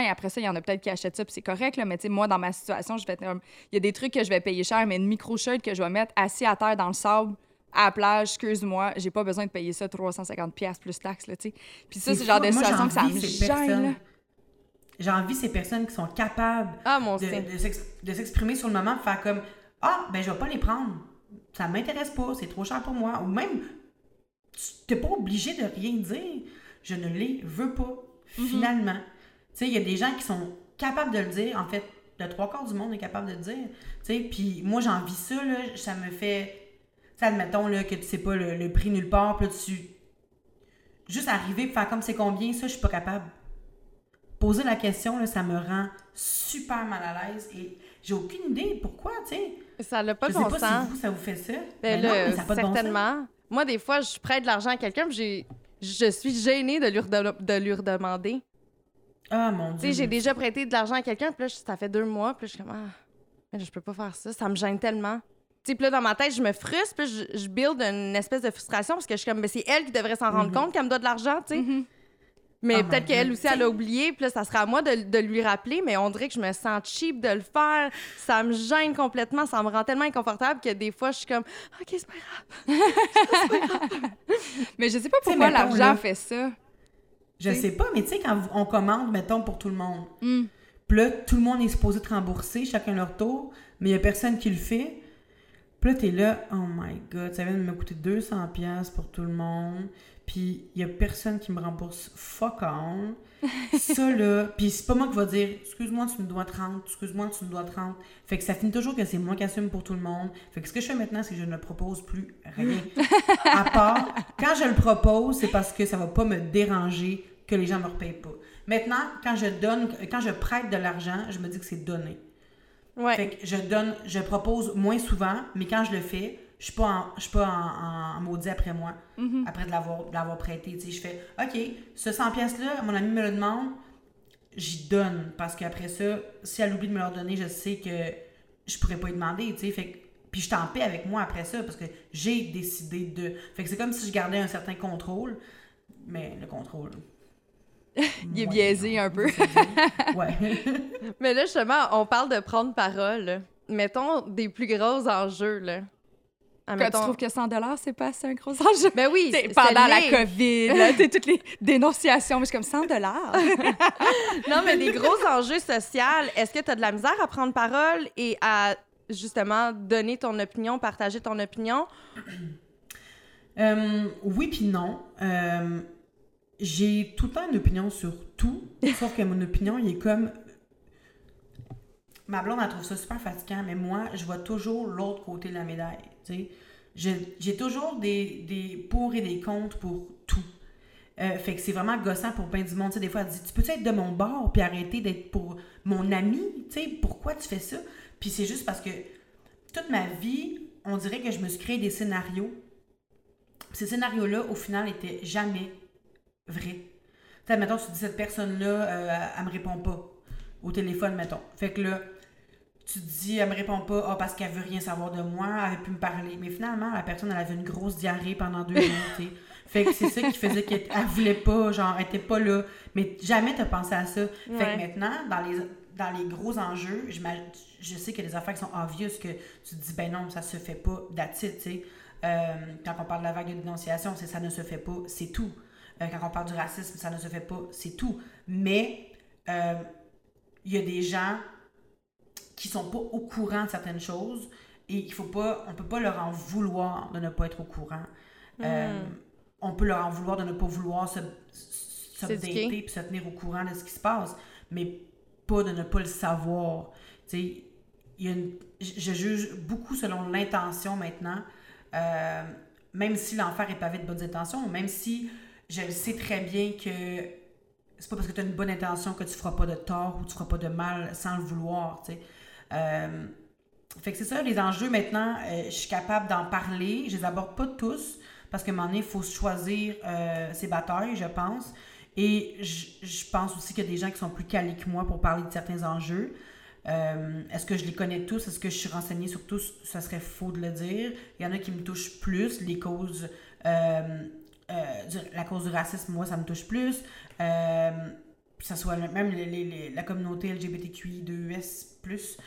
Et après ça, il y en a peut-être qui achètent ça, puis c'est correct, là, mais tu sais, moi, dans ma situation, il y a des trucs que je vais payer cher, mais une micro-shirt que je vais mettre assis à terre dans le sable, à la plage, excuse-moi, j'ai pas besoin de payer ça 350$ plus taxes, là, tu sais. Puis ça, c'est le genre de situation que ça me gêne, là. J'ai envie ces personnes qui sont capables de s'exprimer sur le moment, de faire comme « ah, ben je vais pas les prendre. Ça m'intéresse pas, c'est trop cher pour moi. » Ou même... Tu n'es pas obligé de rien dire. Je ne les veux pas, finalement. Tu sais, il y a des gens qui sont capables de le dire. En fait, le 3/4 du monde est capable de le dire. Tu sais, puis moi, j'envie ça, là. Ça me fait... Tu sais, admettons, là, que tu sais pas le prix nulle part, puis là, juste arriver et faire comme c'est combien, ça, je suis pas capable. Poser la question, là, ça me rend super mal à l'aise et j'ai aucune idée pourquoi, tu sais. Ça n'a pas de bon sens. Je sais pas si vous, ça vous fait ça. Ben non, là, mais ça n'a pas de bon sens. certainement. Moi, des fois, je prête de l'argent à quelqu'un, puis je suis gênée de lui redemander. Ah, mon Dieu. Tu sais, j'ai déjà prêté de l'argent à quelqu'un, puis là, ça fait 2 mois, puis là, je suis comme, ah, mais je peux pas faire ça, ça me gêne tellement. Tu sais, puis là, dans ma tête, je me frustre, puis je build une espèce de frustration, parce que je suis comme, mais c'est elle qui devrait s'en rendre compte qu'elle me doit de l'argent, tu sais. Mais peut-être qu'elle aussi, elle a oublié, puis là, ça serait à moi de lui rappeler, mais on dirait que je me sens cheap de le faire. Ça me gêne complètement, ça me rend tellement inconfortable que des fois, je suis comme « OK, c'est pas grave. » Mais je sais pas pourquoi l'argent fait ça. Je sais pas, mais tu sais, quand on commande, mettons, pour tout le monde, puis là, tout le monde est supposé te rembourser, chacun leur tour, mais il y a personne qui le fait. Puis là, t'es là, « Oh my God, ça vient de me coûter 200$ pour tout le monde. » Puis il y a personne qui me rembourse fuck all. Ça, là... Puis c'est pas moi qui va dire « Excuse-moi, tu me dois 30. Excuse-moi, tu me dois 30. » Fait que ça finit toujours que c'est moi qui assume pour tout le monde. Fait que ce que je fais maintenant, c'est que je ne propose plus rien. À part, quand je le propose, c'est parce que ça va pas me déranger que les gens me repayent pas. Maintenant, quand je prête de l'argent, je me dis que c'est donné. Ouais. Fait que je propose moins souvent, mais quand je le fais... Je suis pas en maudit après moi, après de l'avoir prêté. Tu sais, je fais, OK, ce 100$-là, mon ami me le demande, j'y donne. Parce qu'après ça, si elle oublie de me le donner, je sais que je pourrais pas y demander. Tu sais, fait puis je suis en paix avec moi après ça, parce que j'ai décidé de... Fait que c'est comme si je gardais un certain contrôle, mais le contrôle... Il est biaisé un peu. Ouais. Mais là, justement, on parle de prendre parole. Mettons des plus gros enjeux, là. Quand tu trouves que 100$, c'est pas assez un gros enjeu? Ben oui, pendant la COVID, là, toutes les dénonciations, mais je suis comme 100$. Non, mais des gros enjeux sociaux, est-ce que tu as de la misère à prendre parole et à, justement, donner ton opinion, partager ton opinion? Oui puis non. J'ai tout le temps une opinion sur tout, sauf que mon opinion, il est comme... Ma blonde, elle trouve ça super fatigant, mais moi, je vois toujours l'autre côté de la médaille, tu sais. J'ai toujours des pour et des contre pour tout. Fait que c'est vraiment gossant pour bien du monde. Tu sais, des fois, elle dit « Tu peux être de mon bord puis arrêter d'être pour mon ami? Tu sais, pourquoi tu fais ça? » Puis c'est juste parce que toute ma vie, on dirait que je me suis créé des scénarios. Ces scénarios-là, au final, n'étaient jamais vrais. Tu sais, mettons, tu dis « Cette personne-là, elle me répond pas. » Au téléphone, mettons. Fait que là, tu te dis, elle me répond pas, parce qu'elle veut rien savoir de moi, elle veut plus me parler. Mais finalement, la personne, elle avait une grosse diarrhée pendant 2 jours, tu sais. Fait que c'est ça qui faisait qu'elle voulait pas, genre, elle était pas là. Mais jamais t'as pensé à ça. Ouais. Fait que maintenant, dans les gros enjeux, je sais qu'il y a des affaires qui sont obvious que tu te dis, ben non, ça se fait pas, that's it, tu sais. Quand on parle de la vague de dénonciation, c'est ça ne se fait pas, c'est tout. Quand on parle du racisme, ça ne se fait pas, c'est tout. Mais, il y a des gens qui sont pas au courant de certaines choses et on peut pas leur en vouloir de ne pas être au courant. On peut leur en vouloir de ne pas vouloir s'updater puis se tenir au courant de ce qui se passe, mais pas de ne pas le savoir. Tu sais, je juge beaucoup selon l'intention maintenant, même si l'enfer est pavé de bonnes intentions, même si je le sais très bien que c'est pas parce que tu as une bonne intention que tu feras pas de tort ou tu feras pas de mal sans le vouloir, tu sais. Fait que c'est ça, les enjeux maintenant, je suis capable d'en parler, je les aborde pas tous, parce qu'à un moment donné, il faut choisir ses batailles, je pense. Et je pense aussi qu'il y a des gens qui sont plus calés que moi pour parler de certains enjeux. Est-ce que je les connais tous? Est-ce que je suis renseignée sur tous? Ça serait faux de le dire. Il y en a qui me touchent plus, les causes... la cause du racisme, moi, ça me touche plus. Que ce soit même la communauté LGBTQI2S+,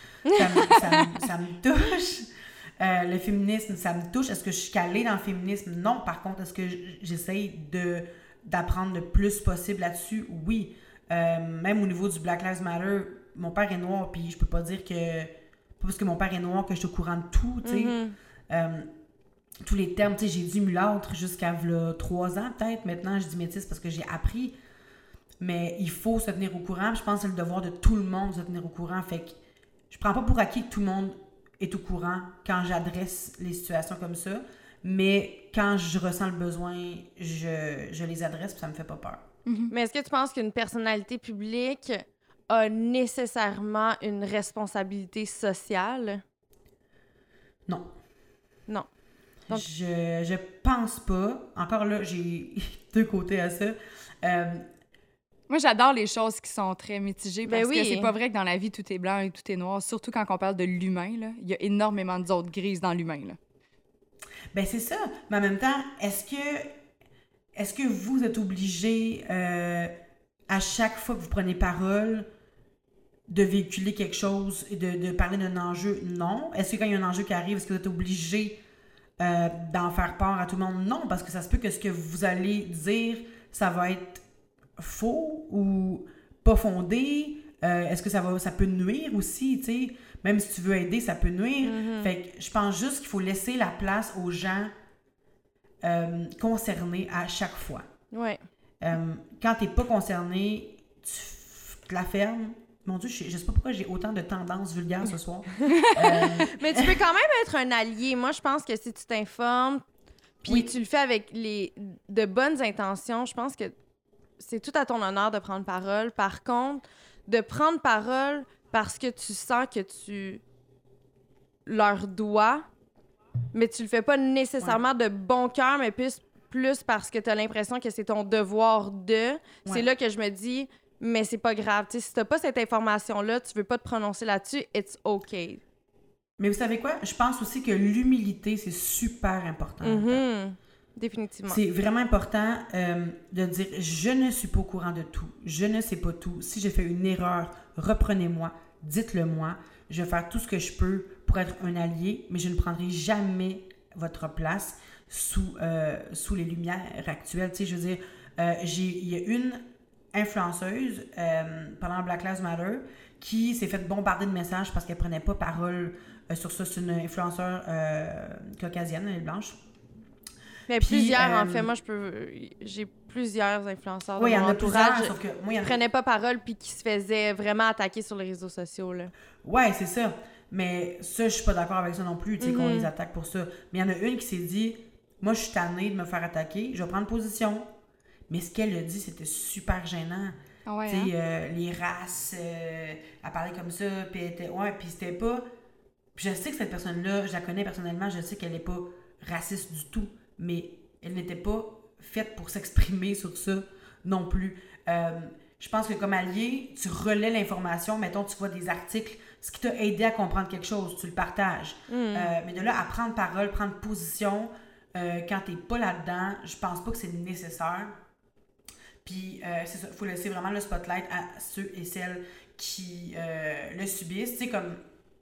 ça me touche. Le féminisme, ça me touche. Est-ce que je suis calée dans le féminisme? Non. Par contre, est-ce que j'essaye d'apprendre le plus possible là-dessus? Oui. Même au niveau du Black Lives Matter, mon père est noir, puis je peux pas dire que... Pas parce que mon père est noir que je suis au courant de tout, tu sais. Tous les termes, tu sais, j'ai dit mulâtre jusqu'à 3 ans, peut-être. Maintenant, je dis métisse parce que j'ai appris. Mais il faut se tenir au courant. Je pense que c'est le devoir de tout le monde de se tenir au courant. Fait que je prends pas pour acquis que tout le monde est au courant quand j'adresse les situations comme ça. Mais quand je ressens le besoin, je les adresse, puis ça me fait pas peur. Mais est-ce que tu penses qu'une personnalité publique a nécessairement une responsabilité sociale? Non. Non. Donc... Je pense pas. Encore là, j'ai 2 côtés à ça. Moi, j'adore les choses qui sont très mitigées parce que c'est pas vrai que dans la vie, tout est blanc et tout est noir. Surtout quand on parle de l'humain, là. Il y a énormément de zones grises dans l'humain, là. Ben c'est ça. Mais en même temps, est-ce que vous êtes obligé, à chaque fois que vous prenez parole, de véhiculer quelque chose et de parler d'un enjeu? Non. Est-ce que quand il y a un enjeu qui arrive, est-ce que vous êtes obligé d'en faire part à tout le monde? Non, parce que ça se peut que ce que vous allez dire, ça va être faux ou pas fondé. Est-ce que ça peut nuire aussi, tu sais? Même si tu veux aider, ça peut nuire. Fait que je pense juste qu'il faut laisser la place aux gens concernés à chaque fois. Ouais. Quand t'es pas concerné, tu te la fermes. Mon Dieu, je sais pas pourquoi j'ai autant de tendances vulgaires ce soir. Mais tu peux quand même être un allié. Moi, je pense que si tu t'informes, puis tu le fais avec de bonnes intentions, je pense que c'est tout à ton honneur de prendre parole. Par contre, de prendre parole parce que tu sens que tu leur dois, mais tu le fais pas nécessairement de bon cœur, mais plus parce que tu as l'impression que c'est ton devoir de. C'est là que je me dis... Mais c'est pas grave. T'sais, si t'as pas cette information-là, tu veux pas te prononcer là-dessus, it's okay. Mais vous savez quoi? Je pense aussi que l'humilité, c'est super important. Définitivement. C'est vraiment important de dire « Je ne suis pas au courant de tout. Je ne sais pas tout. Si j'ai fait une erreur, reprenez-moi. Dites-le moi. Je vais faire tout ce que je peux pour être un allié, mais je ne prendrai jamais votre place sous les lumières actuelles. » Tu sais, je veux dire, il y a une influenceuse pendant Black Lives Matter qui s'est fait bombarder de messages parce qu'elle prenait pas parole sur ça. C'est une influenceure caucasienne, elle est blanche. Mais plusieurs, en fait. Moi, j'ai plusieurs influenceurs dans mon entourage qui prenaient pas parole puis qui se faisaient vraiment attaquer sur les réseaux sociaux, là. Ouais, c'est ça. Mais ça, je suis pas d'accord avec ça non plus, tu sais, qu'on les attaque pour ça. Mais il y en a une qui s'est dit « Moi, je suis tannée de me faire attaquer, je vais prendre position. » Mais ce qu'elle a dit, c'était super gênant. Ah ouais, tu sais, les races, elle parlait comme ça, puis puis c'était pas... Puis je sais que cette personne-là, je la connais personnellement, je sais qu'elle n'est pas raciste du tout, mais elle n'était pas faite pour s'exprimer sur ça non plus. Je pense que comme allié, tu relais l'information, mettons, tu vois des articles, ce qui t'a aidé à comprendre quelque chose, tu le partages. Mais de là à prendre parole, prendre position, quand t'es pas là-dedans, je pense pas que c'est nécessaire. Puis, c'est ça, il faut laisser vraiment le spotlight à ceux et celles qui le subissent. Tu sais, comme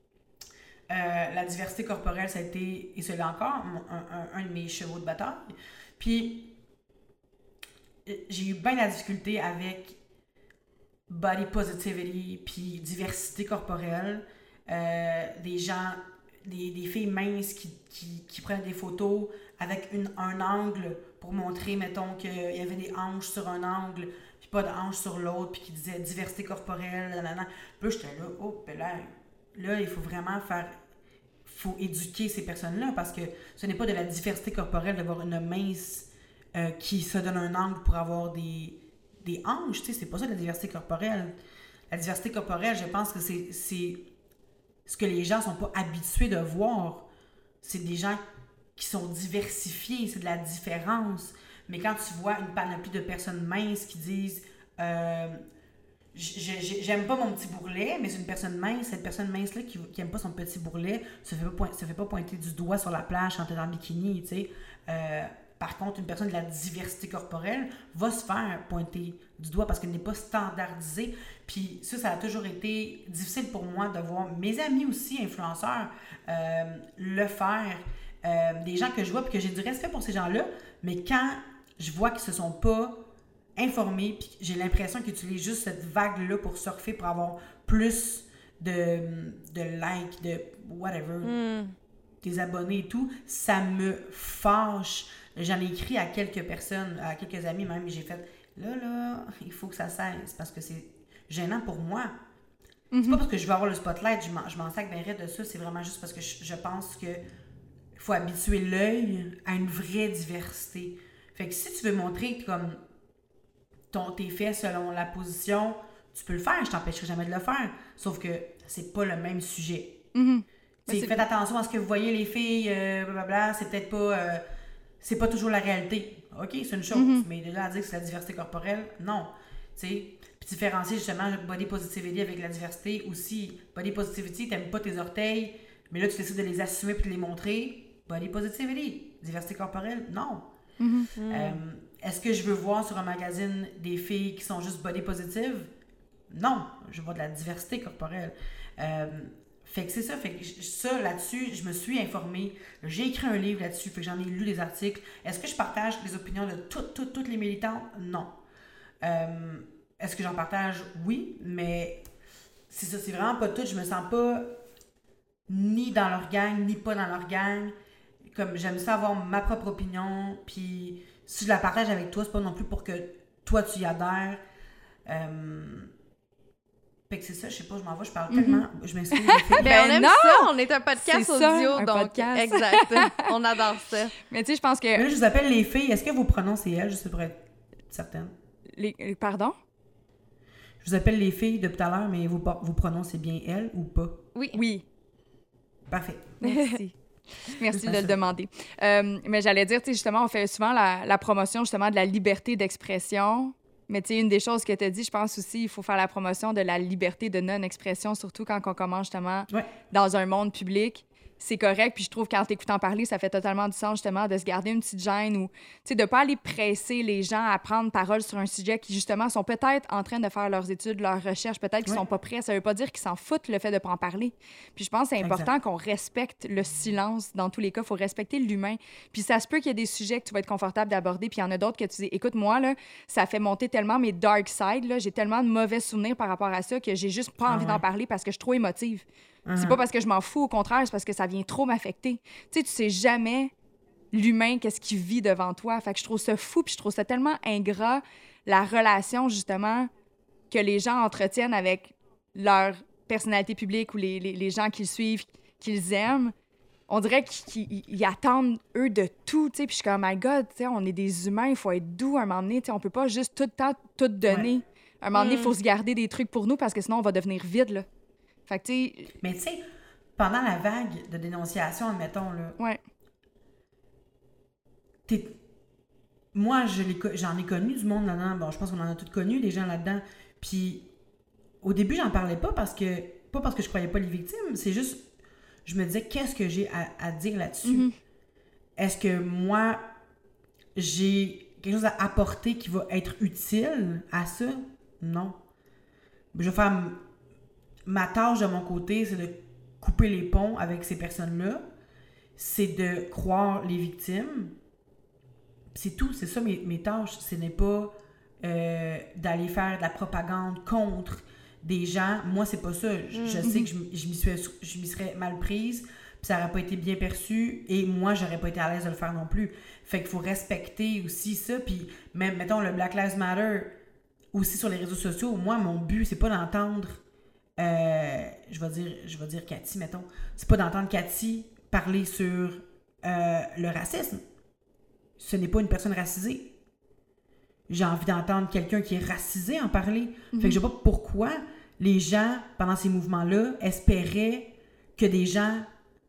la diversité corporelle, ça a été, et c'est encore, un de mes chevaux de bataille. Puis, j'ai eu bien la difficulté avec body positivity puis diversité corporelle. des gens, des filles minces qui prennent des photos avec un angle pour montrer, mettons, qu'il y avait des hanches sur un angle, puis pas de hanches sur l'autre, puis qui disait diversité corporelle, nanana. Puis là, j'étais là, oh, ben là, il faut vraiment faut éduquer ces personnes-là, parce que ce n'est pas de la diversité corporelle d'avoir une mince qui se donne un angle pour avoir des hanches, tu sais, c'est pas ça la diversité corporelle. La diversité corporelle, je pense que c'est ce que les gens sont pas habitués de voir. C'est des gens qui sont diversifiés, c'est de la différence. Mais quand tu vois une panoplie de personnes minces qui disent j'aime pas mon petit bourrelet, mais c'est une personne mince, cette personne mince-là qui aime pas son petit bourrelet, se fait pas pointer du doigt sur la plage quand t'es en bikini, tu sais. Par contre, une personne de la diversité corporelle va se faire pointer du doigt parce qu'elle n'est pas standardisée. Puis ça a toujours été difficile pour moi de voir mes amis aussi, influenceurs, le faire. Des gens que je vois, puis que j'ai du respect pour ces gens-là, mais quand je vois qu'ils se sont pas informés, puis j'ai l'impression qu'ils utilisent juste cette vague-là pour surfer, pour avoir plus de likes, de whatever, des abonnés et tout, ça me fâche. J'en ai écrit à quelques personnes, à quelques amis même, et j'ai fait, là, il faut que ça cesse, parce que c'est gênant pour moi. Mm-hmm. C'est pas parce que je veux avoir le spotlight, je m'en sac bien raide de ça, c'est vraiment juste parce que je pense que il faut habituer l'œil à une vraie diversité. Fait que si tu veux montrer comme tes faits selon la position, tu peux le faire, je t'empêcherai jamais de le faire, sauf que c'est pas le même sujet. Mm-hmm. Faites attention à ce que vous voyez les filles, blablabla, c'est peut-être pas... c'est pas toujours la réalité. OK, c'est une chose, mais de là à dire que c'est la diversité corporelle, non. Tu sais, puis différencier justement body positivity avec la diversité aussi. Body positivity, t'aimes pas tes orteils, mais là tu décides de les assumer puis de les montrer. Body positivity. Diversité corporelle, non. Est-ce que je veux voir sur un magazine des filles qui sont juste body positive? Non, je veux voir de la diversité corporelle. Fait que c'est ça, ça là-dessus, je me suis informée, j'ai écrit un livre là-dessus, fait que j'en ai lu des articles. Est-ce que je partage les opinions de toutes les militantes? Non. Est-ce que j'en partage? Oui, mais c'est ça, c'est vraiment pas tout. Je me sens pas ni dans leur gang, ni pas dans leur gang. Comme j'aime ça avoir ma propre opinion, puis si je la partage avec toi, c'est pas non plus pour que toi tu y adhères. Fait que c'est ça, je sais pas, je m'en vais, je parle tellement, je m'excuse. On aime ça, on est un podcast audio, donc podcast. Exact, on adore ça. Mais tu sais, je pense que... Là, je vous appelle les filles, est-ce que vos pronoms c'est elles, je sais pour être certaine? Pardon? Je vous appelle les filles depuis tout à l'heure, mais vos pronoms c'est bien elles ou pas? Oui. Parfait. Merci. Merci de le demander. Mais j'allais dire, tu sais, justement, on fait souvent la promotion, justement, de la liberté d'expression. Mais tu sais, une des choses que tu as dit, je pense aussi, il faut faire la promotion de la liberté de non-expression, surtout quand on commence justement dans un monde public. C'est correct, puis je trouve qu'en t'écoutant parler, ça fait totalement du sens justement de se garder une petite gêne ou, tu sais, de pas aller presser les gens à prendre parole sur un sujet qui justement sont peut-être en train de faire leurs études, leurs recherches, peut-être qu'ils sont pas prêts. Ça veut pas dire qu'ils s'en foutent le fait de pas en parler. Puis je pense que c'est important qu'on respecte le silence dans tous les cas. Il faut respecter l'humain. Puis ça se peut qu'il y ait des sujets que tu vas être confortable d'aborder, puis il y en a d'autres que tu dis, écoute, moi, là, ça fait monter tellement mes dark sides, là, j'ai tellement de mauvais souvenirs par rapport à ça que j'ai juste pas envie d'en parler parce que je suis trop émotive. C'est pas parce que je m'en fous, au contraire, c'est parce que ça vient trop m'affecter. Tu sais, tu sais jamais l'humain, qu'est-ce qu'il vit devant toi. Fait que je trouve ça fou, puis je trouve ça tellement ingrat, la relation, justement, que les gens entretiennent avec leur personnalité publique ou les gens qu'ils suivent, qu'ils aiment. On dirait qu'ils attendent, eux, de tout, tu sais. Puis je suis comme, my God, tu sais, on est des humains, il faut être doux à un moment donné, tu sais, on peut pas juste tout le temps tout donner. Ouais. À un moment donné, il faut se garder des trucs pour nous parce que sinon, on va devenir vide, là. Fait que, tu sais... Mais tu sais, pendant la vague de dénonciation, admettons, là... Ouais. Moi, j'en ai connu du monde là-dedans. Bon, je pense qu'on en a tous connu, des gens là-dedans. Puis, au début, j'en parlais pas parce que... Pas parce que je croyais pas les victimes, c'est juste... Je me disais, qu'est-ce que j'ai à dire là-dessus? Mm-hmm. Est-ce que moi, j'ai quelque chose à apporter qui va être utile à ça? Non. Je vais faire... Ma tâche de mon côté, c'est de couper les ponts avec ces personnes-là. C'est de croire les victimes. C'est tout, c'est ça mes tâches. Ce n'est pas d'aller faire de la propagande contre des gens. Moi, c'est pas ça. Je sais que je m'y serais mal prise, puis ça aurait pas été bien perçu, et moi, j'aurais pas été à l'aise de le faire non plus. Fait qu'il faut respecter aussi ça, puis même, mettons, le Black Lives Matter, aussi sur les réseaux sociaux, moi, mon but, c'est pas d'entendre, je vais dire Cathy, mettons, c'est pas d'entendre Cathy parler sur le racisme. Ce n'est pas une personne racisée. J'ai envie d'entendre quelqu'un qui est racisé en parler. Fait que je sais pas pourquoi les gens, pendant ces mouvements-là, espéraient que des gens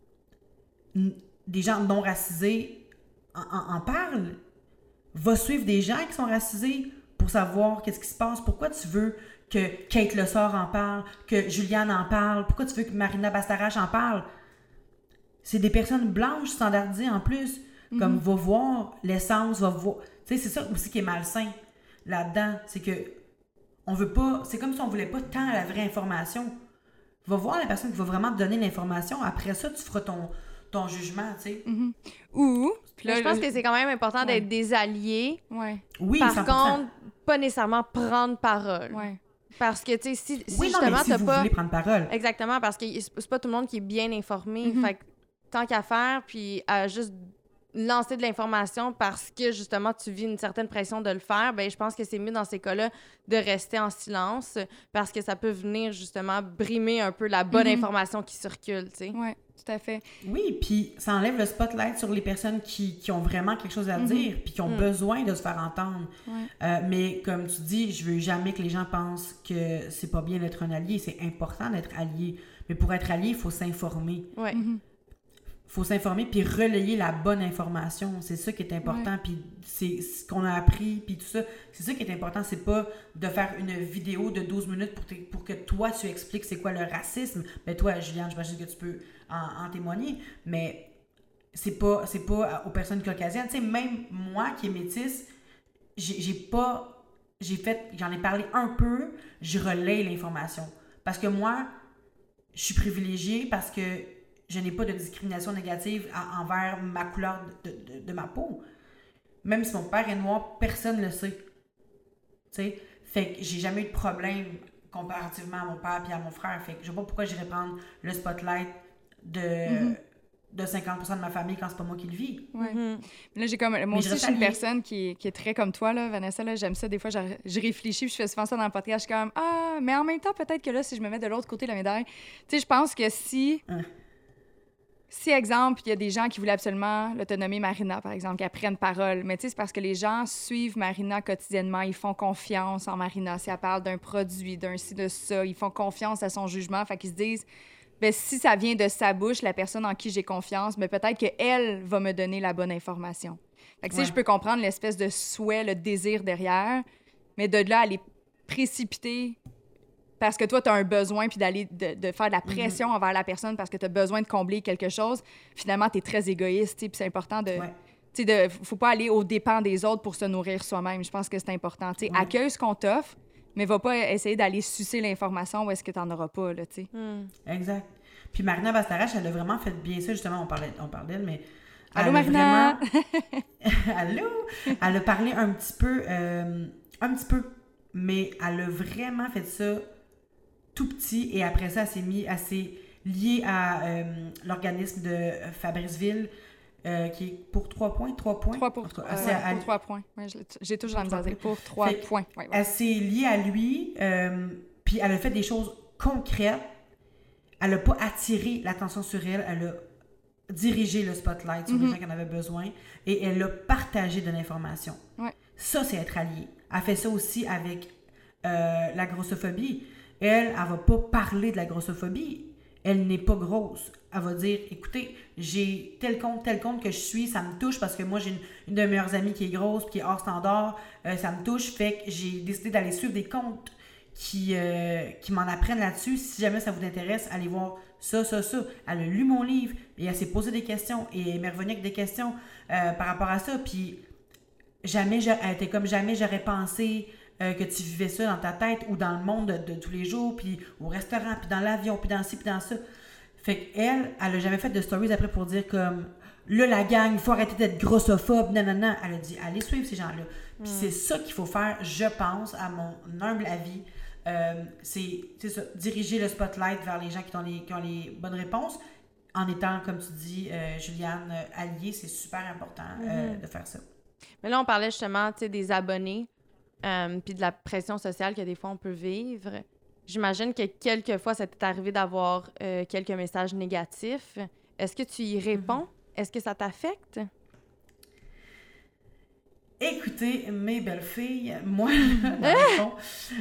non racisés en parlent. Va suivre des gens qui sont racisés pour savoir qu'est-ce qui se passe. Pourquoi tu veux que Kate Lessard en parle, que Juliane en parle? Pourquoi tu veux que Marina Bastarache en parle? C'est des personnes blanches standardisées en plus. Comme va voir l'essence, va voir... Tu sais, c'est ça aussi qui est malsain là-dedans. C'est que on veut pas... C'est comme si on voulait pas tant la vraie information. Va voir la personne qui va vraiment te donner l'information. Après ça, tu feras ton jugement, tu sais. Ou... Là, je pense que c'est quand même important d'être des alliés. Oui, Par 100%. contre, pas nécessairement prendre parole. Parce que, tu sais, si justement, si vous voulez prendre parole. Exactement, parce que c'est pas tout le monde qui est bien informé. Fait que tant qu'à faire, puis à juste lancer de l'information parce que, justement, tu vis une certaine pression de le faire, ben je pense que c'est mieux dans ces cas-là de rester en silence parce que ça peut venir, justement, brimer un peu la bonne information qui circule, tu sais. Oui, tout à fait. Oui, puis ça enlève le spotlight sur les personnes qui ont vraiment quelque chose à dire puis qui ont besoin de se faire entendre. Mais comme tu dis, je veux jamais que les gens pensent que c'est pas bien d'être un allié. C'est important d'être allié. Mais pour être allié, il faut s'informer. Faut s'informer puis relayer la bonne information. C'est ça qui est important. Puis c'est ce qu'on a appris puis tout ça. C'est ça qui est important. C'est pas de faire une vidéo de 12 minutes pour que toi, tu expliques c'est quoi le racisme. Ben toi, Juliane, j'imagine que tu peux en témoigner. Mais c'est pas aux personnes caucasiennes. Tu sais, même moi qui est métisse, j'en ai parlé un peu, je relaye l'information. Parce que moi, je suis privilégiée parce que je n'ai pas de discrimination négative envers ma couleur de ma peau. Même si mon père est noir, personne ne le sait. Tu sais? Fait que j'ai jamais eu de problème comparativement à mon père et à mon frère. Fait que je sais pas pourquoi j'irais prendre le spotlight de 50% de ma famille quand c'est pas moi qui le vis. Là, j'ai comme... Moi aussi, je suis une personne qui est très comme toi, là, Vanessa. Là, j'aime ça. Des fois, je réfléchis puis je fais souvent ça dans le podcast. Je suis comme, mais en même temps, peut-être que là, si je me mets de l'autre côté de la médaille... Tu sais, je pense que si... Si, exemple, il y a des gens qui voulaient absolument l'autonomie Marina, par exemple, qu'elle prenne parole, mais tu sais, c'est parce que les gens suivent Marina quotidiennement, ils font confiance en Marina. Si elle parle d'un produit, d'un ci, de ça, ils font confiance à son jugement, fait qu'ils se disent, ben si ça vient de sa bouche, la personne en qui j'ai confiance, ben peut-être qu'elle va me donner la bonne information. Fait que, tu sais, je peux comprendre l'espèce de souhait, le désir derrière, mais de là à les précipiter parce que toi, tu as un besoin, puis d'aller de faire de la pression envers la personne parce que tu as besoin de combler quelque chose, finalement, tu es très égoïste, puis c'est important de... Tu sais, faut pas aller aux dépens des autres pour se nourrir soi-même. Je pense que c'est important. Tu sais, accueille ce qu'on t'offre, mais va pas essayer d'aller sucer l'information où est-ce que tu n'en auras pas, là, tu sais. Exact. Puis Marina Bastarache, elle a vraiment fait bien ça, justement, on parlait d'elle, mais... Allô, Marina! Allô! Elle a parlé un petit peu, mais elle a vraiment fait ça tout petit, et après ça, elle s'est liée à l'organisme de Fabriceville, qui est pour 3 points. 3 points. 3 pour 3 points. Ouais, j'ai toujours la misère à dire pour 3 points. Elle s'est liée à lui, puis elle a fait des choses concrètes. Elle n'a pas attiré l'attention sur elle. Elle a dirigé le spotlight sur les gens qui en avaient besoin, et elle a partagé de l'information. Ça, c'est être allié. Elle fait ça aussi avec la grossophobie. Elle va pas parler de la grossophobie. Elle n'est pas grosse. Elle va dire, écoutez, j'ai tel compte que je suis, ça me touche parce que moi, j'ai une de mes meilleures amies qui est grosse puis qui est hors standard, ça me touche, fait que j'ai décidé d'aller suivre des comptes qui m'en apprennent là-dessus. Si jamais ça vous intéresse, allez voir ça. Elle a lu mon livre et elle s'est posé des questions et elle m'est revenue avec des questions par rapport à ça. Puis elle était comme jamais j'aurais pensé que tu vivais ça dans ta tête ou dans le monde de tous les jours, puis au restaurant, puis dans l'avion, puis dans ci, puis dans ça. Fait qu'elle a jamais fait de stories après pour dire comme là, la gang, il faut arrêter d'être grossophobe, non. Elle a dit, allez suivre ces gens-là. Puis c'est ça qu'il faut faire, je pense, à mon humble avis, c'est ça, diriger le spotlight vers les gens qui ont les bonnes réponses en étant, comme tu dis, Juliane, alliée. C'est super important de faire ça. Mais là, on parlait justement des abonnés puis de la pression sociale que des fois on peut vivre. J'imagine que quelquefois, ça t'est arrivé d'avoir quelques messages négatifs. Est-ce que tu y réponds? Est-ce que ça t'affecte? Écoutez, mes belles filles, moi, dans le fond,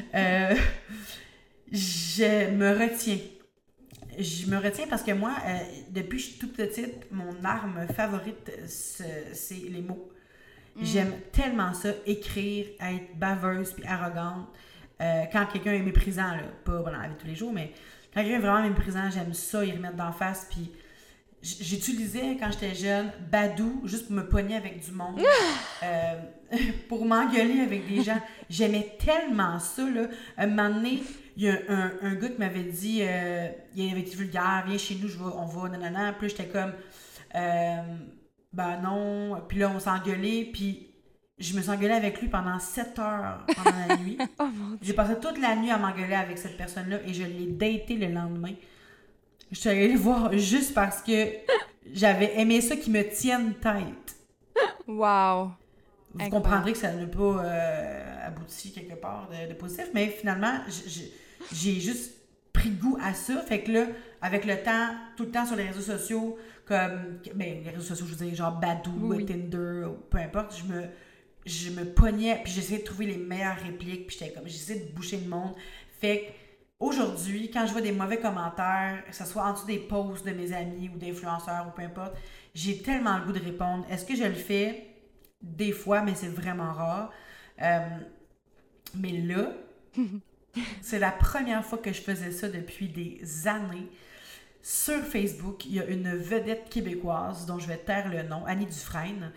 je me retiens. Je me retiens parce que moi, depuis que je suis toute petite, mon arme favorite, c'est les mots. J'aime tellement ça, écrire, être baveuse puis arrogante. Quand quelqu'un est méprisant, là, pas dans la vie de tous les jours, mais quand quelqu'un est vraiment méprisant, j'aime ça, y remettre d'en face. Puis j'utilisais, quand j'étais jeune, Badou, juste pour me pogner avec du monde, pour m'engueuler avec des gens. J'aimais tellement ça, là. Un moment donné, il y a un gars qui m'avait dit, il avait été vulgaire, viens chez nous, on va, nanana. Puis là, j'étais comme, ben non. Puis là, on s'est engueulé, puis je me suis engueulée avec lui pendant 7 heures pendant la nuit. Oh mon Dieu. J'ai passé toute la nuit à m'engueuler avec cette personne-là et je l'ai daté le lendemain. Je suis allée le voir juste parce que j'avais aimé ça qu'il me tienne tête. Wow! Vous Incroyable. comprendrez que ça n'a pas abouti quelque part de positif, mais finalement, j'ai juste pris goût à ça. Fait que là, avec le temps, tout le temps sur les réseaux sociaux, comme les réseaux sociaux, je veux dire, genre Badoo, Tinder, peu importe, je me pognais, puis j'essayais de trouver les meilleures répliques, puis j'essayais de boucher le monde. Fait que aujourd'hui, quand je vois des mauvais commentaires, que ce soit en dessous des posts de mes amis ou d'influenceurs ou peu importe, j'ai tellement le goût de répondre. Est-ce que je le fais? Des fois, mais c'est vraiment rare. Mais là, c'est la première fois que je faisais ça depuis des années. Sur Facebook, il y a une vedette québécoise dont je vais taire le nom, Annie Dufresne,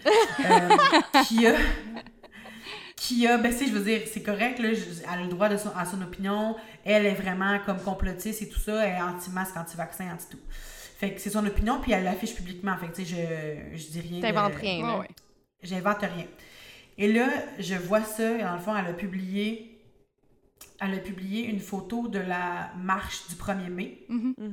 qui a, ben, je veux dire, c'est correct, là, elle a le droit à son opinion. Elle est vraiment comme complotiste et tout ça. Elle est anti-masque, anti-vaccin, anti-tout. Fait que c'est son opinion, puis elle l'affiche publiquement. Fait que, tu sais, je dis rien. T'inventes rien, là. Ouais. J'invente rien. Et là, je vois ça, et dans le fond, elle a publié une photo de la marche du 1er mai.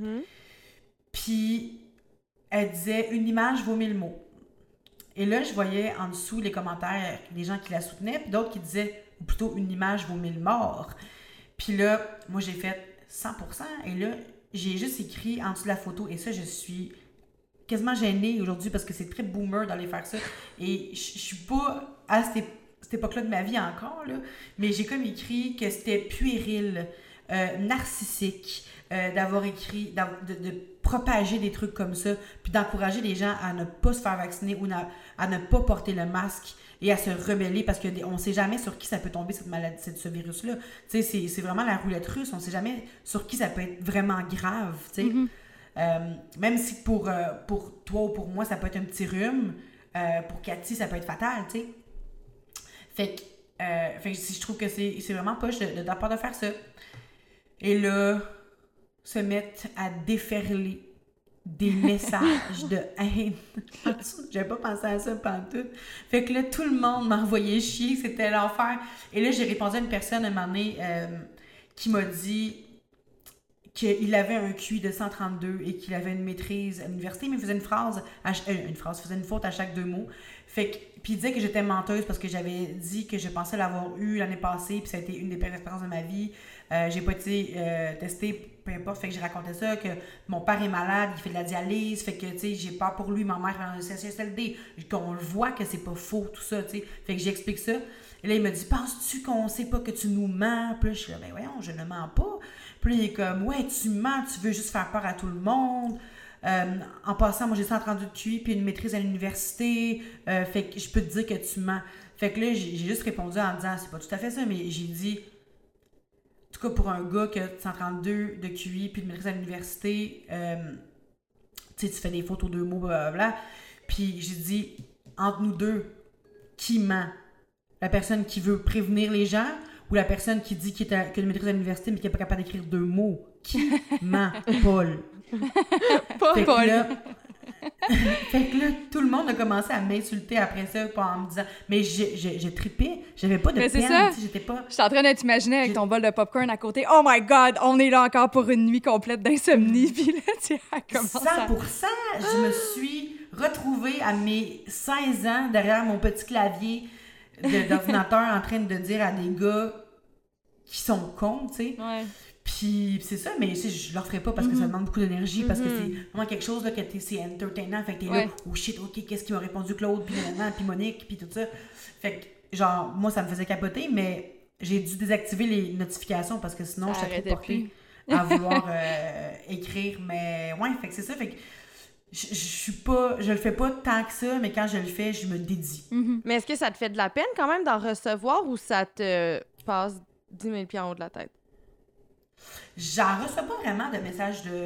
Puis, elle disait « Une image vaut 1000 mots ». Et là, je voyais en dessous les commentaires des gens qui la soutenaient, puis d'autres qui disaient « Ou plutôt, une image vaut 1000 morts ». Puis là, moi, j'ai fait 100%. Et là, j'ai juste écrit en dessous de la photo, et ça, je suis quasiment gênée aujourd'hui parce que c'est très boomer d'aller faire ça. Et je suis pas à cette époque-là de ma vie encore, là, mais j'ai comme écrit que c'était puéril, narcissique, d'avoir écrit, de propager des trucs comme ça, puis d'encourager les gens à ne pas se faire vacciner ou à ne pas porter le masque et à se rebeller parce qu'on ne sait jamais sur qui ça peut tomber, cette maladie, ce virus-là. Tu sais, c'est vraiment la roulette russe. On ne sait jamais sur qui ça peut être vraiment grave, tu sais. Même si pour toi ou pour moi, ça peut être un petit rhume, pour Cathy, ça peut être fatal, tu sais. Fait que je trouve que c'est vraiment poche de ta part de faire ça. Et là, se mettre à déferler des messages de haine. J'avais pas pensé à ça pantoute. Fait que là, tout le monde m'a envoyé chier, c'était l'enfer. Et là, j'ai répondu à une personne un moment donné qui m'a dit qu'il avait un QI de 132 et qu'il avait une maîtrise à l'université, mais il faisait faisait une faute à chaque 2 mots. Fait que, puis il disait que j'étais menteuse parce que j'avais dit que je pensais l'avoir eu l'année passée, puis ça a été une des pires expériences de ma vie. J'ai pas été testée, peu importe, fait que j'ai raconté ça, que mon père est malade, il fait de la dialyse, fait que, tu sais, j'ai peur pour lui, ma mère est dans un CHSLD, qu'on le voit que c'est pas faux, tout ça, tu sais. Fait que j'explique ça. Et là, il me dit, penses-tu qu'on sait pas que tu nous mens? Puis là, je suis là, ben voyons, je ne mens pas. Puis là, il est comme, ouais, tu mens, tu veux juste faire peur à tout le monde. En passant, moi, j'ai 132 de QI puis une maîtrise à l'université. Fait que je peux te dire que tu mens. Fait que là, j'ai juste répondu en disant, c'est pas tout à fait ça, mais j'ai dit, en tout cas, pour un gars qui a 132 de QI puis une maîtrise à l'université, tu sais, tu fais des photos de mots, blablabla. Puis j'ai dit, entre nous deux, qui ment? La personne qui veut prévenir les gens ou la personne qui dit qu'il a une maîtrise à l'université mais qui n'est pas capable d'écrire 2 mots? Qui ment? Paul. Paul. Là, Fait que là, tout le monde a commencé à m'insulter après ça en me disant... Mais je tripais, j'avais pas de Mais c'est peine, ça. j'étais pas... Je suis en train de t'imaginer avec ton bol de popcorn à côté. Oh my God, on est là encore pour une nuit complète d'insomnie. Puis là, tu sais, elle commence 100%, je me suis retrouvée à mes 16 ans derrière mon petit clavier d'ordinateur en train de dire à des gars qui sont cons, tu sais. Ouais. Puis c'est ça, mais je leur ferai pas parce que ça demande beaucoup d'énergie, parce que c'est vraiment quelque chose là, que c'est entertainant. Fait que t'es là, oh shit, ok, qu'est-ce qui m'a répondu Claude, puis Maman, puis Monique, puis tout ça. Fait que, genre, moi, ça me faisait capoter, mais j'ai dû désactiver les notifications parce que sinon, je serais trop portée à vouloir écrire. Mais ouais, fait que c'est ça. Fait que je suis pas, je le fais pas tant que ça, mais quand je le fais, je me dédie. Mais est-ce que ça te fait de la peine quand même d'en recevoir ou ça te passe 10 000 pieds en haut de la tête? J'en reçois pas vraiment de messages de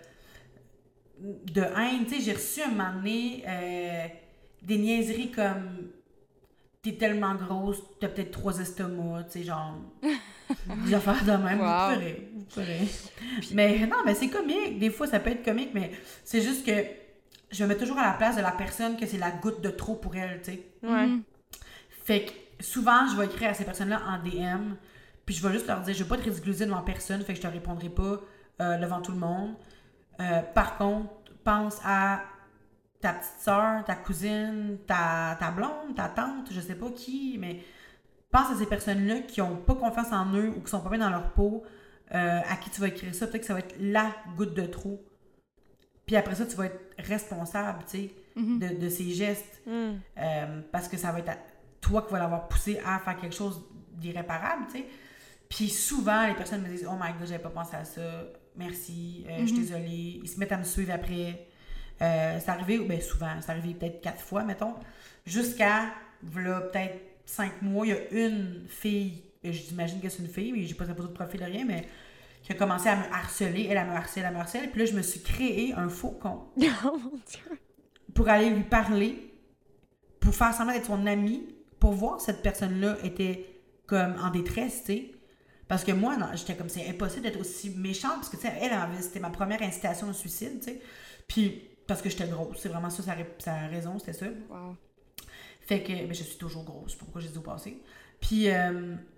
haine. Tu sais, j'ai reçu un moment donné des niaiseries comme t'es tellement grosse, t'as peut-être 3 estomacs, tu sais, genre des affaires de même. Vous pourrez. Mais non, mais c'est comique. Des fois, ça peut être comique, mais c'est juste que je me mets toujours à la place de la personne que c'est la goutte de trop pour elle, tu sais. Ouais. Fait que souvent, je vais écrire à ces personnes-là en DM. Puis je vais juste leur dire, je veux pas te ridiculiser devant personne, fait que je te répondrai pas devant tout le monde. Par contre, pense à ta petite sœur, ta cousine, ta blonde, ta tante, je sais pas qui, mais pense à ces personnes-là qui ont pas confiance en eux ou qui sont pas bien dans leur peau, à qui tu vas écrire ça, peut-être que ça va être la goutte de trop. Puis après ça, tu vas être responsable, tu sais, de ces gestes. Parce que ça va être toi qui vas l'avoir poussé à faire quelque chose d'irréparable, tu sais. Puis souvent, les personnes me disent « Oh my God, j'avais pas pensé à ça. Merci. Je suis désolée. » Ils se mettent à me suivre après. C'est arrivé, ben souvent, c'est arrivé peut-être 4 fois, mettons. Jusqu'à, voilà, peut-être 5 mois, il y a une fille, j'imagine que c'est une fille, mais j'ai pas posé de profil de rien, mais qui a commencé à me harceler. Elle me harcèle. Puis là, je me suis créé un faux compte. Oh mon Dieu! Pour aller lui parler, pour faire semblant d'être son amie, pour voir si cette personne-là était comme en détresse, tu sais. Parce que moi, non, j'étais comme, c'est impossible d'être aussi méchante, parce que, tu sais, elle, c'était ma première incitation au suicide, tu sais. Puis, parce que j'étais grosse, c'est vraiment ça, sa raison, c'était ça. Wow. Fait que, mais je suis toujours grosse, pourquoi j'ai dit au passé. Puis, là,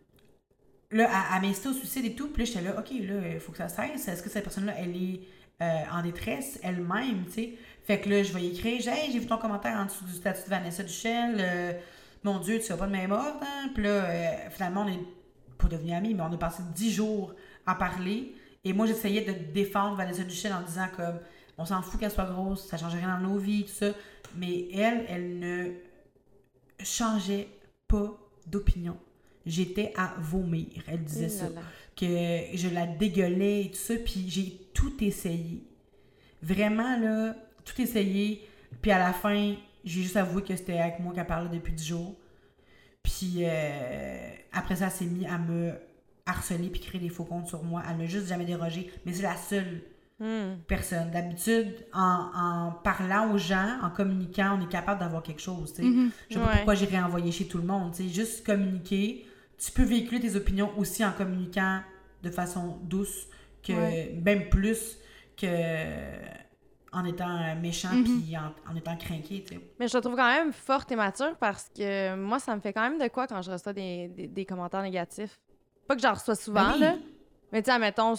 elle m'incitait au suicide et tout, puis là, j'étais là, OK, là, il faut que ça cesse. Est-ce que cette personne-là, elle est en détresse elle-même, tu sais? Fait que là, je vais y écrire, hey, j'ai vu ton commentaire en dessous du statut de Vanessa Duchel, mon Dieu, tu vas pas de main morte, hein? Puis là, finalement, on est pas devenus amis, mais on a passé 10 jours à parler. Et moi, j'essayais de défendre Vanessa Duchel en disant comme, on s'en fout qu'elle soit grosse, ça change rien dans nos vies, tout ça. Mais elle ne changeait pas d'opinion. J'étais à vomir. Elle disait ça. Que je la dégueulais et tout ça. Puis j'ai tout essayé. Vraiment, là, tout essayé. Puis à la fin, j'ai juste avoué que c'était avec moi qu'elle parlait depuis 10 jours. Puis après ça, elle s'est mise à me harceler puis créer des faux comptes sur moi. Elle n'a juste jamais dérogé. Mais c'est la seule personne. D'habitude, en parlant aux gens, en communiquant, on est capable d'avoir quelque chose. Je sais pas pourquoi j'irais envoyer chez tout le monde. Juste communiquer. Tu peux véhiculer tes opinions aussi en communiquant de façon douce, que même plus que en étant méchant puis en étant craqué, tu sais. Mais je te trouve quand même forte et mature parce que moi, ça me fait quand même de quoi quand je reçois des commentaires négatifs. Pas que j'en reçois souvent, là. Mais tu sais, admettons,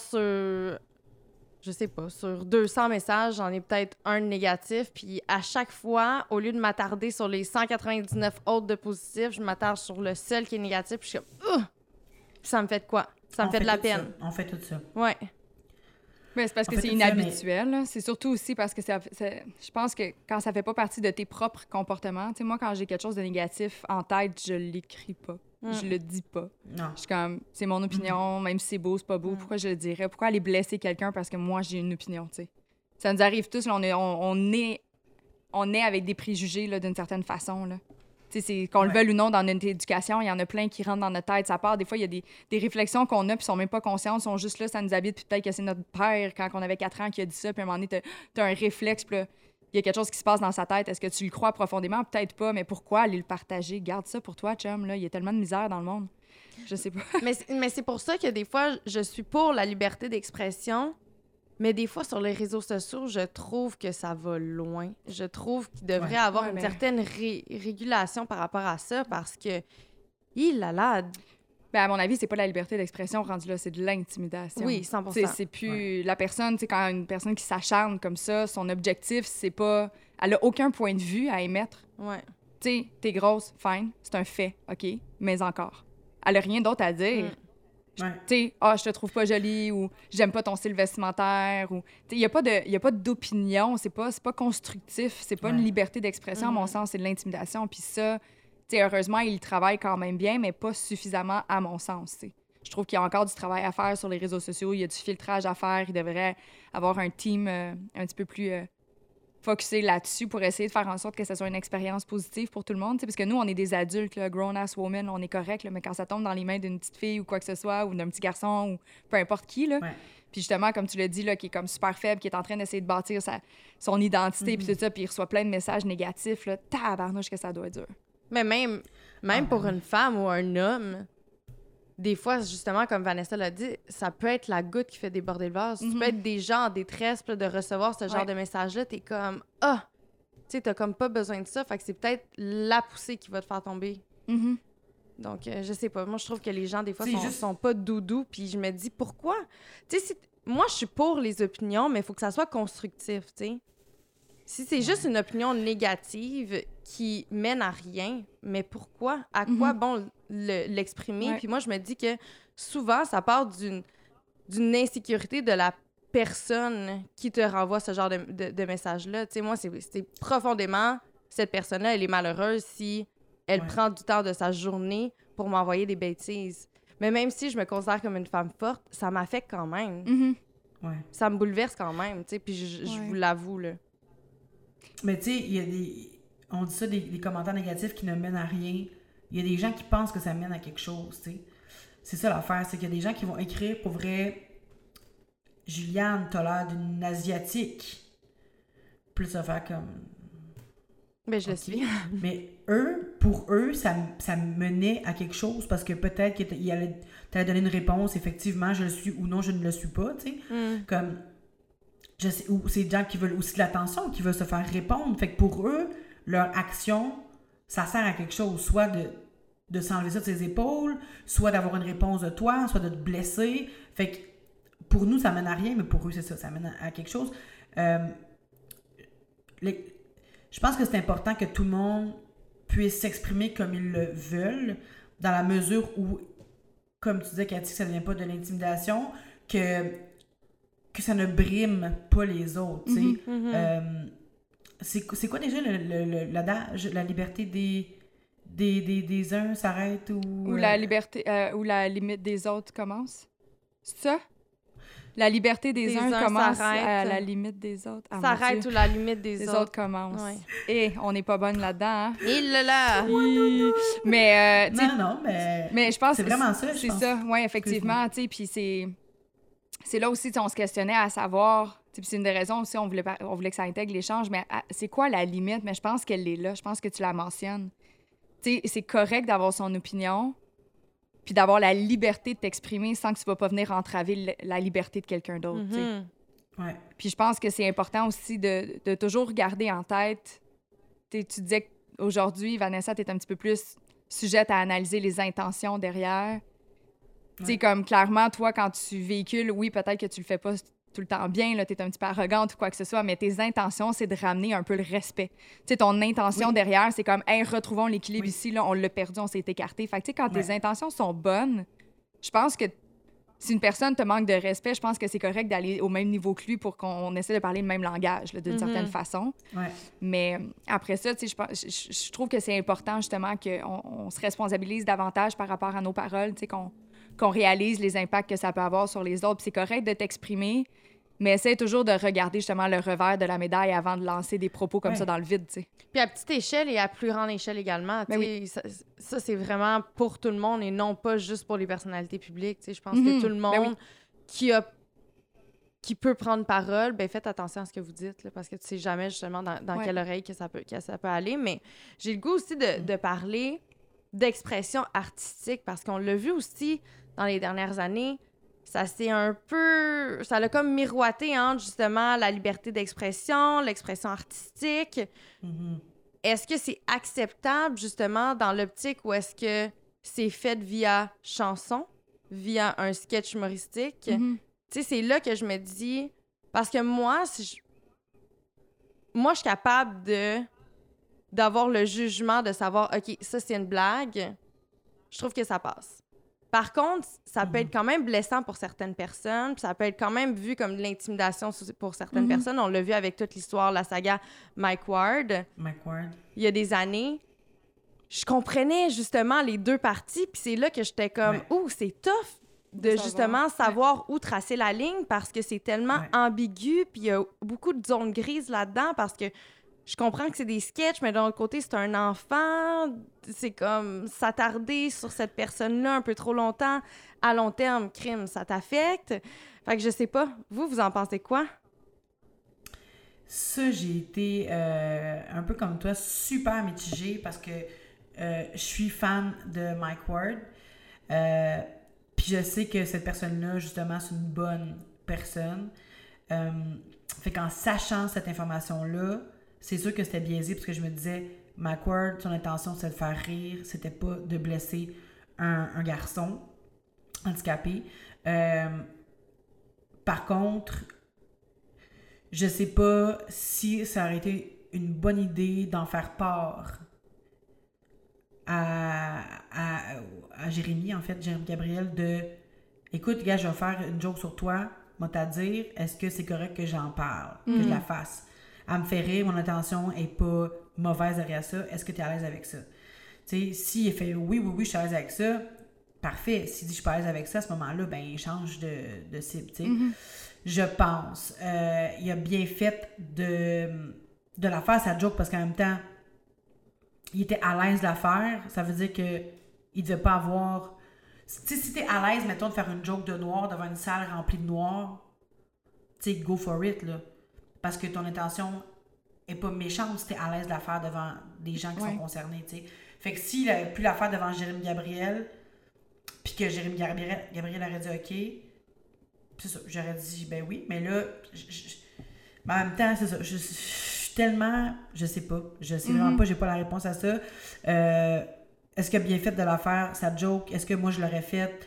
je sais pas, sur 200 messages, j'en ai peut-être un négatif. Puis à chaque fois, au lieu de m'attarder sur les 199 autres de positifs, je m'attarde sur le seul qui est négatif. Puis je suis comme, puis ça me fait de quoi? Ça me fait de la peine. On fait tout ça. Ouais. Mais c'est parce que c'est inhabituel. Mais... C'est surtout aussi parce que je pense que quand ça fait pas partie de tes propres comportements, tu sais, moi, quand j'ai quelque chose de négatif en tête, je l'écris pas. Je le dis pas. Non. Je suis comme, c'est mon opinion, même si c'est beau, c'est pas beau. Pourquoi je le dirais? Pourquoi aller blesser quelqu'un parce que moi, j'ai une opinion, tu sais? Ça nous arrive tous, là, on est avec des préjugés, là, d'une certaine façon, là. Tu sais, qu'on le veuille ou non, dans notre éducation, il y en a plein qui rentrent dans notre tête. Ça part, des fois, il y a des réflexions qu'on a, puis sont même pas conscientes, sont juste là, ça nous habite, puis peut-être que c'est notre père, quand on avait 4 ans, qui a dit ça, puis à un moment donné, t'as un réflexe, puis là, il y a quelque chose qui se passe dans sa tête. Est-ce que tu le crois profondément? Peut-être pas, mais pourquoi aller le partager? Garde ça pour toi, chum, là. Il y a tellement de misère dans le monde. Je sais pas. mais c'est pour ça que des fois, je suis pour la liberté d'expression, Mais des fois, sur les réseaux sociaux, je trouve que ça va loin. Je trouve qu'il devrait avoir une certaine régulation par rapport à ça parce que, à mon avis, c'est pas la liberté d'expression rendue là, c'est de l'intimidation. Oui, 100%. C'est plus la personne, quand une personne qui s'acharne comme ça, son objectif, c'est pas... Elle a aucun point de vue à émettre. Ouais. Tu sais, t'es grosse, fine, c'est un fait, OK, mais encore. Elle a rien d'autre à dire. Tu sais, je te trouve pas jolie ou j'aime pas ton style vestimentaire ou... Tu sais, il y a pas d'opinion, c'est pas constructif, c'est pas une liberté d'expression, à mon sens, c'est de l'intimidation. Puis ça, tu sais, heureusement, il travaille quand même bien, mais pas suffisamment à mon sens, tu sais. Je trouve qu'il y a encore du travail à faire sur les réseaux sociaux, il y a du filtrage à faire, il devrait avoir un team un petit peu plus... focusé là-dessus pour essayer de faire en sorte que ce soit une expérience positive pour tout le monde. Parce que nous, on est des adultes, grown-ass women, on est correct, mais quand ça tombe dans les mains d'une petite fille ou quoi que ce soit, ou d'un petit garçon, ou peu importe qui, là, puis justement, comme tu l'as dit, là, qui est comme super faible, qui est en train d'essayer de bâtir son identité, puis tout ça, puis il reçoit plein de messages négatifs, là, tabarnouche que ça doit être dur. Mais même pour une femme ou un homme, des fois, justement, comme Vanessa l'a dit, ça peut être la goutte qui fait déborder le vase. Tu peux être des gens en détresse, de recevoir ce genre de message-là, t'es comme « Ah! » Tu sais, t'as comme pas besoin de ça, fait que c'est peut-être la poussée qui va te faire tomber. Donc, je sais pas. Moi, je trouve que les gens, des fois, sont pas doudous, puis je me dis « Pourquoi? » Tu sais, moi, je suis pour les opinions, mais il faut que ça soit constructif, tu sais. Si c'est juste une opinion négative qui mène à rien, mais pourquoi? À quoi bon l'exprimer? Puis moi, je me dis que souvent, ça part d'une insécurité de la personne qui te renvoie ce genre de message-là. Tu sais, moi, c'est profondément, cette personne-là, elle est malheureuse si elle prend du temps de sa journée pour m'envoyer des bêtises. Mais même si je me considère comme une femme forte, ça m'affecte quand même. Ça me bouleverse quand même, tu sais, puis je vous l'avoue, là. Mais tu sais, il y a on dit ça, des commentaires négatifs qui ne mènent à rien. Il y a des gens qui pensent que ça mène à quelque chose, tu sais. C'est ça l'affaire, c'est qu'il y a des gens qui vont écrire pour vrai « Juliane, t'as l'air d'une Asiatique. » Puis ça va faire comme... Mais je le suis. Mais pour eux, ça menait à quelque chose parce que peut-être que t'allais donner une réponse, effectivement, je le suis ou non, je ne le suis pas, tu sais. Comme... ou c'est des gens qui veulent aussi de l'attention, qui veulent se faire répondre. Fait que pour eux, leur action, ça sert à quelque chose. Soit de s'enlever ça de ses épaules, soit d'avoir une réponse de toi, soit de te blesser. Fait que pour nous, ça mène à rien, mais pour eux, c'est ça mène à quelque chose. Je pense que c'est important que tout le monde puisse s'exprimer comme ils le veulent, dans la mesure où, comme tu disais, Cathy, que ça ne vient pas de l'intimidation, que ça ne brime pas les autres, tu sais. C'est quoi déjà l'adage? La liberté des uns s'arrête ou la liberté ou la limite des autres commence? C'est ça? La liberté des uns commence à la limite des autres. Ah, s'arrête ou la limite des autres commence. Et on n'est pas bonne là-dedans. Hein? Il là! Mais non, mais je pense c'est vraiment ça. C'est ça, oui, effectivement. Puis c'est là aussi, on se questionnait à savoir, puis c'est une des raisons aussi, on voulait que ça intègre l'échange, mais c'est quoi la limite? Mais je pense qu'elle est là, je pense que tu la mentionnes. Tu sais, c'est correct d'avoir son opinion, puis d'avoir la liberté de t'exprimer sans que tu vas pas venir entraver la liberté de quelqu'un d'autre, tu sais. Puis je pense que c'est important aussi de toujours garder en tête, tu disais qu'aujourd'hui, Vanessa, t'es un petit peu plus sujette à analyser les intentions derrière. Tu sais, comme clairement, toi, quand tu véhicules, oui, peut-être que tu le fais pas tout le temps bien, là, t'es un petit peu arrogante ou quoi que ce soit, mais tes intentions, c'est de ramener un peu le respect. Tu sais, ton intention derrière, c'est comme, hey, retrouvons l'équilibre ici, là, on l'a perdu, on s'est écarté. Fait que, tu sais, quand tes intentions sont bonnes, je pense que si une personne te manque de respect, je pense que c'est correct d'aller au même niveau que lui pour qu'on essaie de parler le même langage, là, d'une certaine façon. Mais après ça, tu sais, je trouve que c'est important, justement, qu'on se responsabilise davantage par rapport à nos paroles, tu sais, qu'on réalise les impacts que ça peut avoir sur les autres. Puis c'est correct de t'exprimer, mais essaie toujours de regarder justement le revers de la médaille avant de lancer des propos comme ça dans le vide, tu sais. Puis à petite échelle et à plus grande échelle également, tu sais, ça c'est vraiment pour tout le monde et non pas juste pour les personnalités publiques, tu sais. Je pense que tout le monde qui peut prendre parole, ben faites attention à ce que vous dites, là, parce que tu sais jamais justement dans quelle oreille que ça peut aller. Mais j'ai le goût aussi de parler d'expression artistique, parce qu'on l'a vu aussi dans les dernières années, ça s'est un peu... Ça l'a comme miroité entre, justement, la liberté d'expression, l'expression artistique. Mm-hmm. Est-ce que c'est acceptable, justement, dans l'optique où est-ce que c'est fait via chanson, via un sketch humoristique? Mm-hmm. Tu sais, c'est là que je me dis... Parce que moi, moi, je suis capable d'avoir le jugement de savoir, OK, ça, c'est une blague. Je trouve que ça passe. Par contre, ça peut être quand même blessant pour certaines personnes, puis ça peut être quand même vu comme de l'intimidation pour certaines personnes. On l'a vu avec toute l'histoire, la saga Mike Ward. Il y a des années. Je comprenais justement les deux parties, puis c'est là que j'étais comme, c'est tough de justement savoir où tracer la ligne parce que c'est tellement ambigu, puis il y a beaucoup de zones grises là-dedans parce que je comprends que c'est des sketchs, mais d'un autre côté, c'est un enfant. C'est comme s'attarder sur cette personne-là un peu trop longtemps. À long terme, crime, ça t'affecte. Fait que je sais pas. Vous en pensez quoi? Ça, j'ai été un peu comme toi, super mitigée parce que je suis fan de Mike Ward. Puis je sais que cette personne-là, justement, c'est une bonne personne. Fait qu'en sachant cette information-là, c'est sûr que c'était biaisé parce que je me disais, Mike Ward, son intention, c'est de faire rire, c'était pas de blesser un garçon handicapé. Par contre, je sais pas si ça aurait été une bonne idée d'en faire part à Jérémy, en fait, Jérémy Gabriel, de écoute, gars, je vais faire une joke sur toi, moi t'à dire, est-ce que c'est correct que j'en parle, que je la fasse? Elle me fait rire, mon intention est pas mauvaise derrière ça, est-ce que tu es à l'aise avec ça? Tu sais, s'il fait oui, je suis à l'aise avec ça, parfait. S'il dit je suis pas à l'aise avec ça, à ce moment-là, ben il change de cible, tu sais. Je pense. Il a bien fait de la faire, sa joke, parce qu'en même temps, il était à l'aise de la faire. Ça veut dire que il devait pas avoir... Tu sais, si t'es à l'aise, mettons, de faire une joke de noir devant une salle remplie de noir, tu sais, go for it, là. Parce que ton intention est pas méchante si t'es à l'aise de la faire devant des gens qui sont concernés, tu sais. Fait que s'il avait pu la faire devant Jérémy Gabriel, puis que Jérémy Gabriel aurait dit OK, c'est ça, j'aurais dit ben oui, mais là, mais en même temps, c'est ça, je suis tellement, je sais vraiment pas, j'ai pas la réponse à ça. Est-ce qu'il a bien fait de la faire, sa joke? Est-ce que moi je l'aurais faite?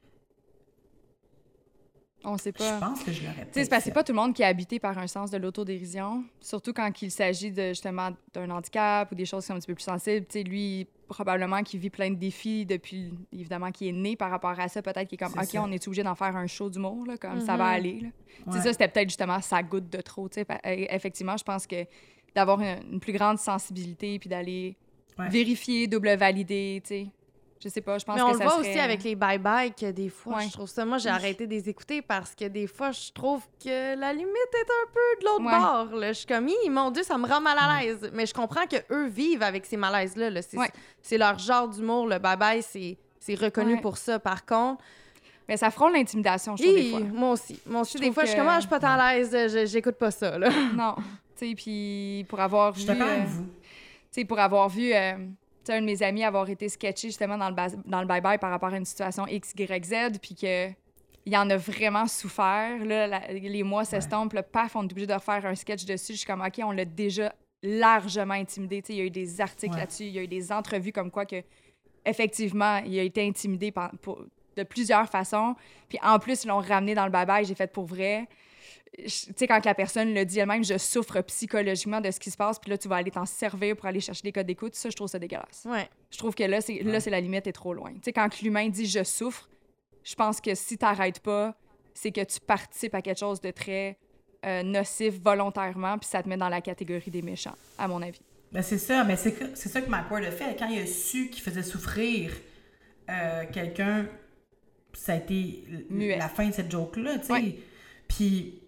On sait pas. Je pense que je l'aurais fait. C'est pas tout le monde qui est habité par un sens de l'autodérision, surtout quand il s'agit de justement d'un handicap ou des choses qui sont un petit peu plus sensibles. T'sais, lui, probablement qu'il vit plein de défis depuis, évidemment, qu'il est né par rapport à ça. Peut-être qu'il est comme, OK, on est obligé d'en faire un show d'humour, là, comme ça va aller. Là. Ça, c'était peut-être justement sa goutte de trop. Effectivement, je pense que d'avoir une plus grande sensibilité puis d'aller vérifier, double valider, tu sais. Je sais pas, je pense que ça serait... Mais on le voit aussi avec les bye-bye que des fois, je trouve ça... Moi, j'ai arrêté de les écouter parce que des fois, je trouve que la limite est un peu de l'autre bord. Là. Je suis comme, mon Dieu, ça me rend mal à l'aise. Mais je comprends qu'eux vivent avec ces malaises-là. Là. C'est leur genre d'humour. Le bye-bye, c'est reconnu pour ça. Par contre... Mais ça frôle l'intimidation, je trouve, des fois. Moi aussi, des fois, je suis comme, je suis pas tant à l'aise, j'écoute pas ça. Là. Non. Tu sais, puis pour avoir vu... Je suis d'accord avec vous. Tu sais, pour avoir vu... un de mes amis avoir été sketché justement dans le bye-bye par rapport à une situation X, Y, Z, puis qu'il en a vraiment souffert. Là, les mois s'estompent, le paf, on est obligé de refaire un sketch dessus. Je suis comme, OK, on l'a déjà largement intimidé. Il y a eu des articles là-dessus, il y a eu des entrevues comme quoi que effectivement, il a été intimidé de plusieurs façons. Puis en plus, ils l'ont ramené dans le bye-bye, j'ai fait pour vrai. Tu sais, quand la personne le dit elle-même, je souffre psychologiquement de ce qui se passe, puis là, tu vas aller t'en servir pour aller chercher des codes d'écoute, ça, je trouve ça dégueulasse. Je trouve que là, c'est la limite est trop loin. Tu sais, quand l'humain dit « je souffre », je pense que si t'arrêtes pas, c'est que tu participes à quelque chose de très nocif volontairement, puis ça te met dans la catégorie des méchants, à mon avis. Ben c'est ça, mais c'est ça que Mike Ward a fait. Quand il a su qu'il faisait souffrir quelqu'un, ça a été la fin de cette joke-là, tu sais. Puis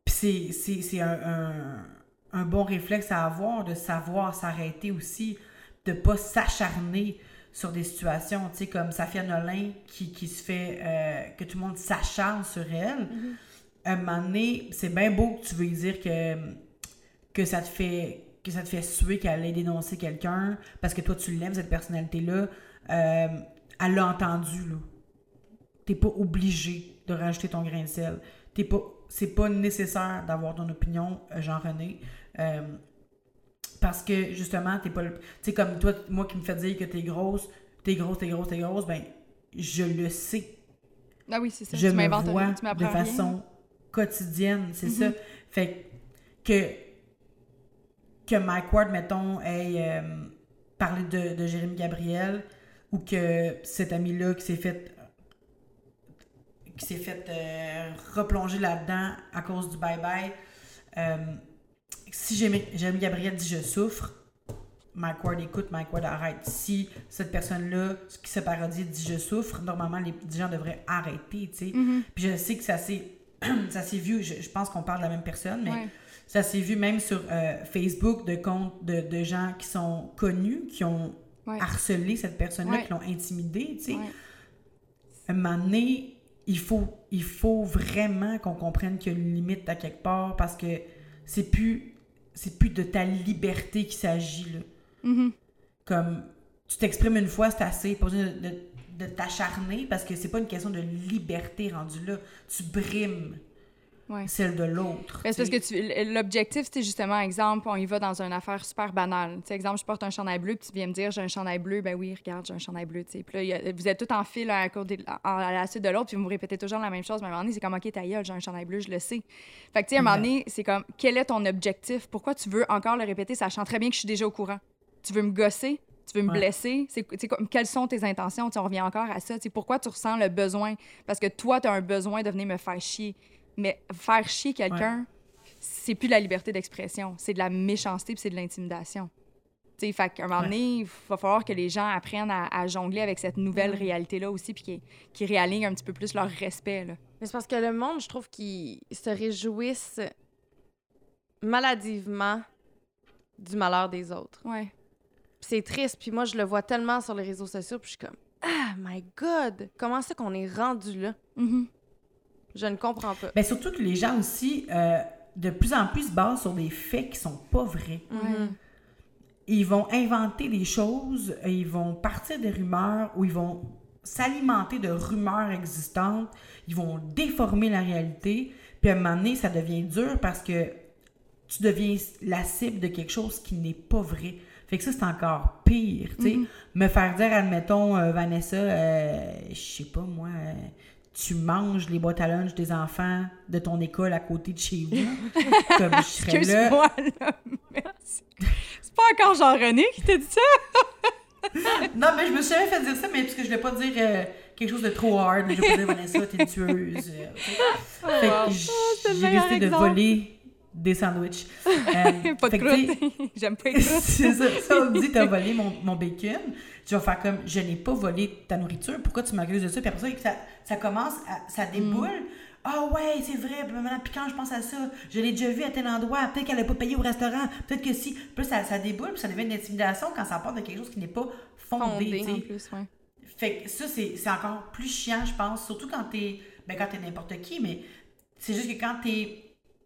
c'est un bon réflexe à avoir, de savoir s'arrêter aussi, de pas s'acharner sur des situations, tu sais, comme Safia Nolin qui se fait... que tout le monde s'acharne sur elle. À un moment donné, c'est bien beau que tu veux dire que ça te fait suer qu'elle ait dénoncé quelqu'un, parce que toi, tu l'aimes, cette personnalité-là. Elle l'a entendu, là. T'es pas obligé de rajouter ton grain de sel. C'est pas nécessaire d'avoir ton opinion, Jean-René. Parce que, justement, t'es pas... Tu sais, comme toi, moi qui me fais dire que t'es grosse, ben, je le sais. Ah oui, c'est ça. Je tu me m'inventes vois rien, tu m'apprends de façon quotidienne, c'est ça. Fait que Mike Ward, mettons, ait parlé de Jérémy Gabriel, ou que cet ami-là qui s'est fait replonger là-dedans à cause du bye-bye. Si Jérémy Gabriel dit « je souffre », Mike Ward écoute, Mike Ward arrête. Si cette personne-là qui se parodie dit « je souffre », normalement, les gens devraient arrêter, tu sais. Puis je sais que ça s'est vu, je pense qu'on parle de la même personne, mais ça s'est vu même sur Facebook de comptes de gens qui sont connus, qui ont harcelé cette personne-là, qui l'ont intimidée, tu sais. À un moment donné, il faut vraiment qu'on comprenne qu'il y a une limite à quelque part, parce que c'est plus de ta liberté qu'il s'agit, là. Comme, tu t'exprimes une fois, c'est assez, pas besoin de t'acharner, parce que c'est pas une question de liberté rendue là. Tu brimes celle de l'autre. C'est parce que l'objectif, c'est justement, exemple, on y va dans une affaire super banale. T'sais, exemple, je porte un chandail bleu, puis tu viens me dire, j'ai un chandail bleu, ben oui, regarde, j'ai un chandail bleu. T'sais. Puis là, vous êtes tous en fil à la suite de l'autre, puis vous me répétez toujours la même chose, mais à un moment donné, c'est comme, OK, ta gueule, j'ai un chandail bleu, je le sais. Fait que, tu sais, à un moment donné, c'est comme, quel est ton objectif? Pourquoi tu veux encore le répéter, sachant très bien que je suis déjà au courant? Tu veux me gosser? Tu veux me blesser? Quelles sont tes intentions? T'sais, on revient encore à ça. T'sais, pourquoi tu ressens le besoin? Parce que toi, tu as un besoin de venir me faire chier. Mais faire chier quelqu'un, c'est plus de la liberté d'expression. C'est de la méchanceté puis c'est de l'intimidation. Tu sais, fait qu'à un moment donné, il va falloir que les gens apprennent à jongler avec cette nouvelle réalité-là aussi puis qu'ils réalignent un petit peu plus leur respect, là. Mais c'est parce que le monde, je trouve qu'ils se réjouissent maladivement du malheur des autres. Ouais. Puis c'est triste. Puis moi, je le vois tellement sur les réseaux sociaux puis je suis comme « Ah, my God! Comment c'est qu'on est rendu là? Je ne comprends pas. Ben surtout que les gens aussi, de plus en plus, se basent sur des faits qui sont pas vrais. Ils vont inventer des choses, ils vont partir des rumeurs, ou ils vont s'alimenter de rumeurs existantes, ils vont déformer la réalité, puis à un moment donné, ça devient dur parce que tu deviens la cible de quelque chose qui n'est pas vrai. Fait que ça, c'est encore pire, tu sais. Me faire dire, admettons, Vanessa, je sais pas, moi... tu manges les boîtes à lunch des enfants de ton école à côté de chez vous. Comme je serais Excuse-moi, là. Merci. C'est pas encore Jean-René qui t'a dit ça? Non, mais je me suis jamais fait dire ça, mais parce que je voulais pas dire quelque chose de trop hard. Je voulais pas dire, Vanessa, t'es une tueuse. Fait que j'ai décidé de voler des sandwichs. Pas de croûte. J'aime pas les croûtes. C'est ça. Ça, on me dit, t'as volé mon bacon. Je vais faire comme, je n'ai pas volé ta nourriture. Pourquoi tu m'accuses de ça? Puis après ça commence, ça déboule. Ah ouais, c'est vrai. Puis quand je pense à ça, je l'ai déjà vu à tel endroit. Peut-être qu'elle n'a pas payé au restaurant. Peut-être que si. Puis ça déboule, puis ça devient une intimidation quand ça part de quelque chose qui n'est pas fondé. En plus, ouais. Fait que ça, c'est encore plus chiant, je pense. Surtout quand t'es n'importe qui. Mais c'est juste que quand t'es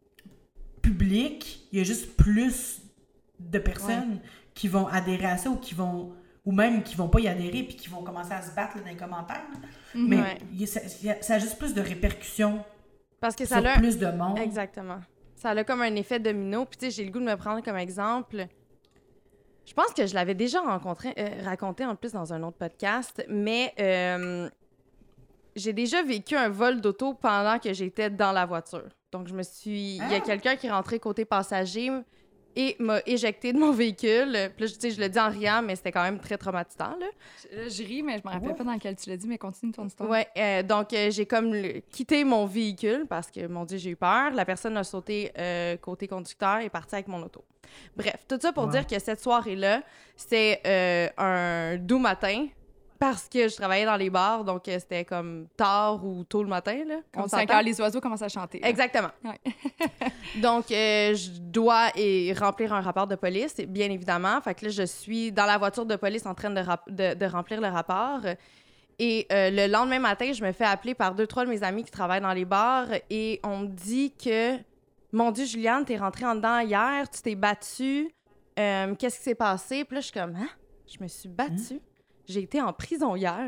public, il y a juste plus de personnes qui vont adhérer à ça ou même qui vont pas y adhérer puis qui vont commencer à se battre là, dans les commentaires. Mais ça a juste plus de répercussions parce que sur ça plus de monde. Exactement. Ça a comme un effet domino. Puis tu sais, j'ai le goût de me prendre comme exemple. Je pense que je l'avais déjà raconté en plus dans un autre podcast, mais j'ai déjà vécu un vol d'auto pendant que j'étais dans la voiture. Donc, il y a quelqu'un qui est rentré côté passager et m'a éjecté de mon véhicule. Puis là, je le dis en riant, mais c'était quand même très traumatisant, là. Je ris, mais je me rappelle pas dans lequel tu l'as dit, mais continue ton histoire. Ouais, donc j'ai comme quitté mon véhicule parce que, mon Dieu, j'ai eu peur. La personne a sauté côté conducteur et est partie avec mon auto. Bref, tout ça pour dire que cette soirée-là, c'était un doux matin. Parce que je travaillais dans les bars, donc c'était comme tard ou tôt le matin, là. Comme 5 heures, les oiseaux commencent à chanter. Là. Exactement. Ouais. Donc, je dois remplir un rapport de police, bien évidemment. Fait que là, je suis dans la voiture de police en train de remplir le rapport. Et le lendemain matin, je me fais appeler par 2-3 de mes amis qui travaillent dans les bars et on me dit que « Mon Dieu, Juliane, t'es rentrée en dedans hier, tu t'es battue. Qu'est-ce qui s'est passé? » Puis là, je suis comme « Hein? Je me suis battue? » J'ai été en prison hier.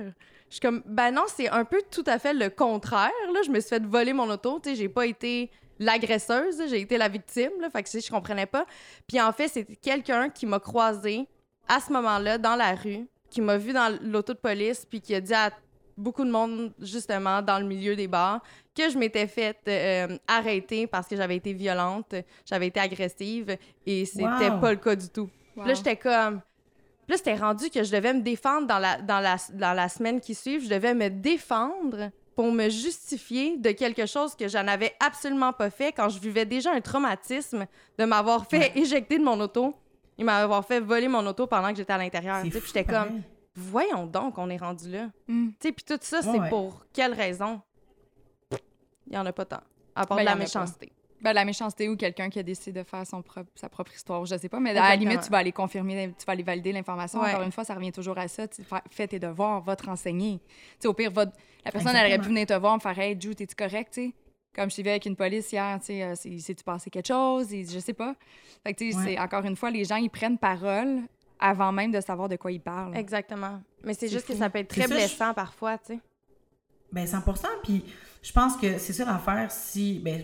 Je suis comme, ben non, c'est un peu tout à fait le contraire, là. Je me suis fait voler mon auto, tu sais, j'ai pas été l'agresseuse, j'ai été la victime, là. Fait que, je comprenais pas. Puis en fait, c'était quelqu'un qui m'a croisée à ce moment-là, dans la rue, qui m'a vue dans l'auto de police, puis qui a dit à beaucoup de monde, justement, dans le milieu des bars, que je m'étais faite arrêter parce que j'avais été violente, j'avais été agressive, et c'était pas le cas du tout. Wow. Puis là, j'étais comme... Là, c'était rendu que je devais me défendre dans la semaine qui suit. Je devais me défendre pour me justifier de quelque chose que je n'avais absolument pas fait quand je vivais déjà un traumatisme de m'avoir fait éjecter de mon auto et m'avoir fait voler mon auto pendant que j'étais à l'intérieur. Puis j'étais comme... Voyons donc, on est rendu là. Puis tout ça, c'est pour quelle raison? Il n'y en a pas tant. À part de la méchanceté. Ben, la méchanceté ou quelqu'un qui a décidé de faire sa propre histoire, je sais pas. Mais à la limite, tu vas aller confirmer, tu vas aller valider l'information. Encore une fois, ça revient toujours à ça. Fais tes devoirs, va te renseigner. T'sais, au pire, la personne, elle aurait pu venir te voir, me faire « Hey, Ju, t'es-tu correct? » T'sais? Comme je t'ai vu avec une police hier, c'est-tu passé quelque chose? Je sais pas. Fait que, c'est, encore une fois, les gens, ils prennent parole avant même de savoir de quoi ils parlent. Exactement. Mais c'est juste que ça peut être très blessant parfois, tu sais. Ben 100%. Puis je pense que c'est ça l'affaire si... Ben,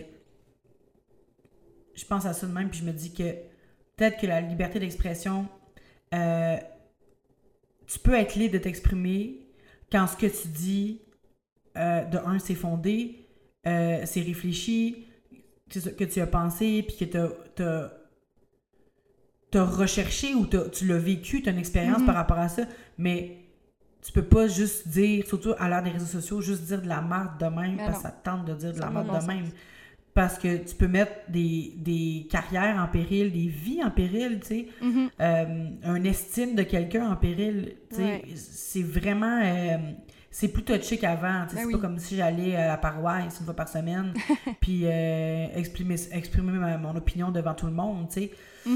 je pense à ça de même, puis je me dis que peut-être que la liberté d'expression, tu peux être libre de t'exprimer quand ce que tu dis, de un, c'est fondé, c'est réfléchi, que tu as pensé, puis que t'as recherché ou tu l'as vécu, t'as une expérience par rapport à ça, mais tu peux pas juste dire, surtout à l'ère des réseaux sociaux, juste dire de la merde de même, parce que ça te tente de dire de la merde de même. Parce que tu peux mettre des carrières en péril, des vies en péril, tu sais, un estime de quelqu'un en péril, tu sais, c'est vraiment... c'est plus touché qu'avant, tu sais, c'est pas comme si j'allais à la paroisse une fois par semaine, puis exprimer mon opinion devant tout le monde, tu sais.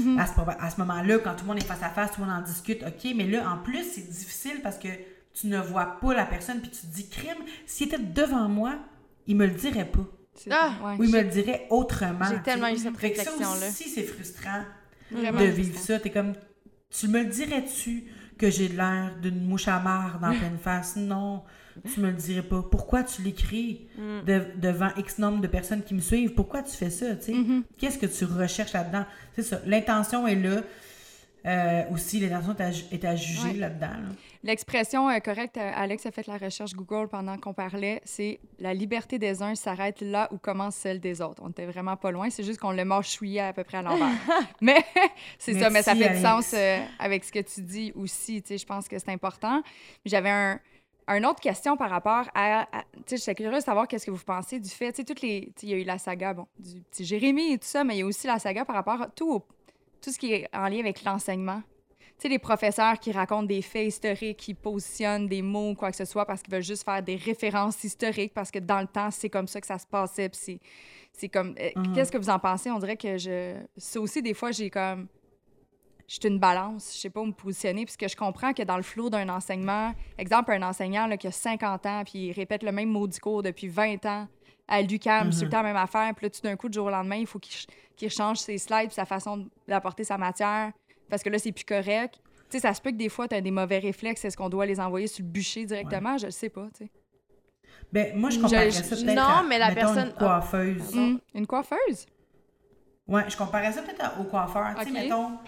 À ce moment-là, quand tout le monde est face à face, tout le monde en discute, OK, mais là, en plus, c'est difficile parce que tu ne vois pas la personne, puis tu te dis, crime, s'il était devant moi, il me le dirait pas. Ou il me le dirait autrement. J'ai tellement eu cette réflexion-là. Ça aussi, c'est frustrant de vivre ça. T'es comme, tu me le dirais-tu que j'ai l'air d'une mouche à marre dans pleine face? Non, tu me le dirais pas. Pourquoi tu l'écris devant X nombre de personnes qui me suivent? Pourquoi tu fais ça, tu sais? Qu'est-ce que tu recherches là-dedans? C'est ça, l'intention est là. Aussi, l'intention est à juger là-dedans. Là. L'expression correcte, Alex a fait la recherche Google pendant qu'on parlait, c'est « La liberté des uns s'arrête là où commence celle des autres ». On était vraiment pas loin, c'est juste qu'on l'a mâchouillé à peu près à l'envers. Mais c'est ça, mais ça fait du sens avec ce que tu dis aussi, tu sais, je pense que c'est important. J'avais une autre question par rapport à tu sais, j'étais curieuse de savoir qu'est-ce que vous pensez du fait, tu sais, il y a eu la saga, du petit Jérémy et tout ça, mais il y a aussi la saga par rapport à tout ce qui est en lien avec l'enseignement. Tu sais, les professeurs qui racontent des faits historiques, qui positionnent des mots, quoi que ce soit, parce qu'ils veulent juste faire des références historiques, parce que dans le temps, c'est comme ça que ça se passait, puis c'est comme... Qu'est-ce que vous en pensez? On dirait que ça aussi, des fois, j'ai comme... Je suis une balance, je sais pas où me positionner, puisque je comprends que dans le flot d'un enseignement, exemple, un enseignant là, qui a 50 ans, puis il répète le même maudit cours depuis 20 ans, à l'UQAM, c'est tout le temps la même affaire, puis là, tout d'un coup, du jour au lendemain, il faut qu'il change ses slides, puis sa façon d'apporter sa matière, parce que là, c'est plus correct. Tu sais, ça se peut que des fois, tu as des mauvais réflexes. Est-ce qu'on doit les envoyer sur le bûcher directement? Ouais. Je le sais pas, tu sais. Ben, moi, je comparais ça peut-être à, une coiffeuse. Une coiffeuse? Ouais, je comparais ça peut-être au coiffeur. Tu sais, mettons,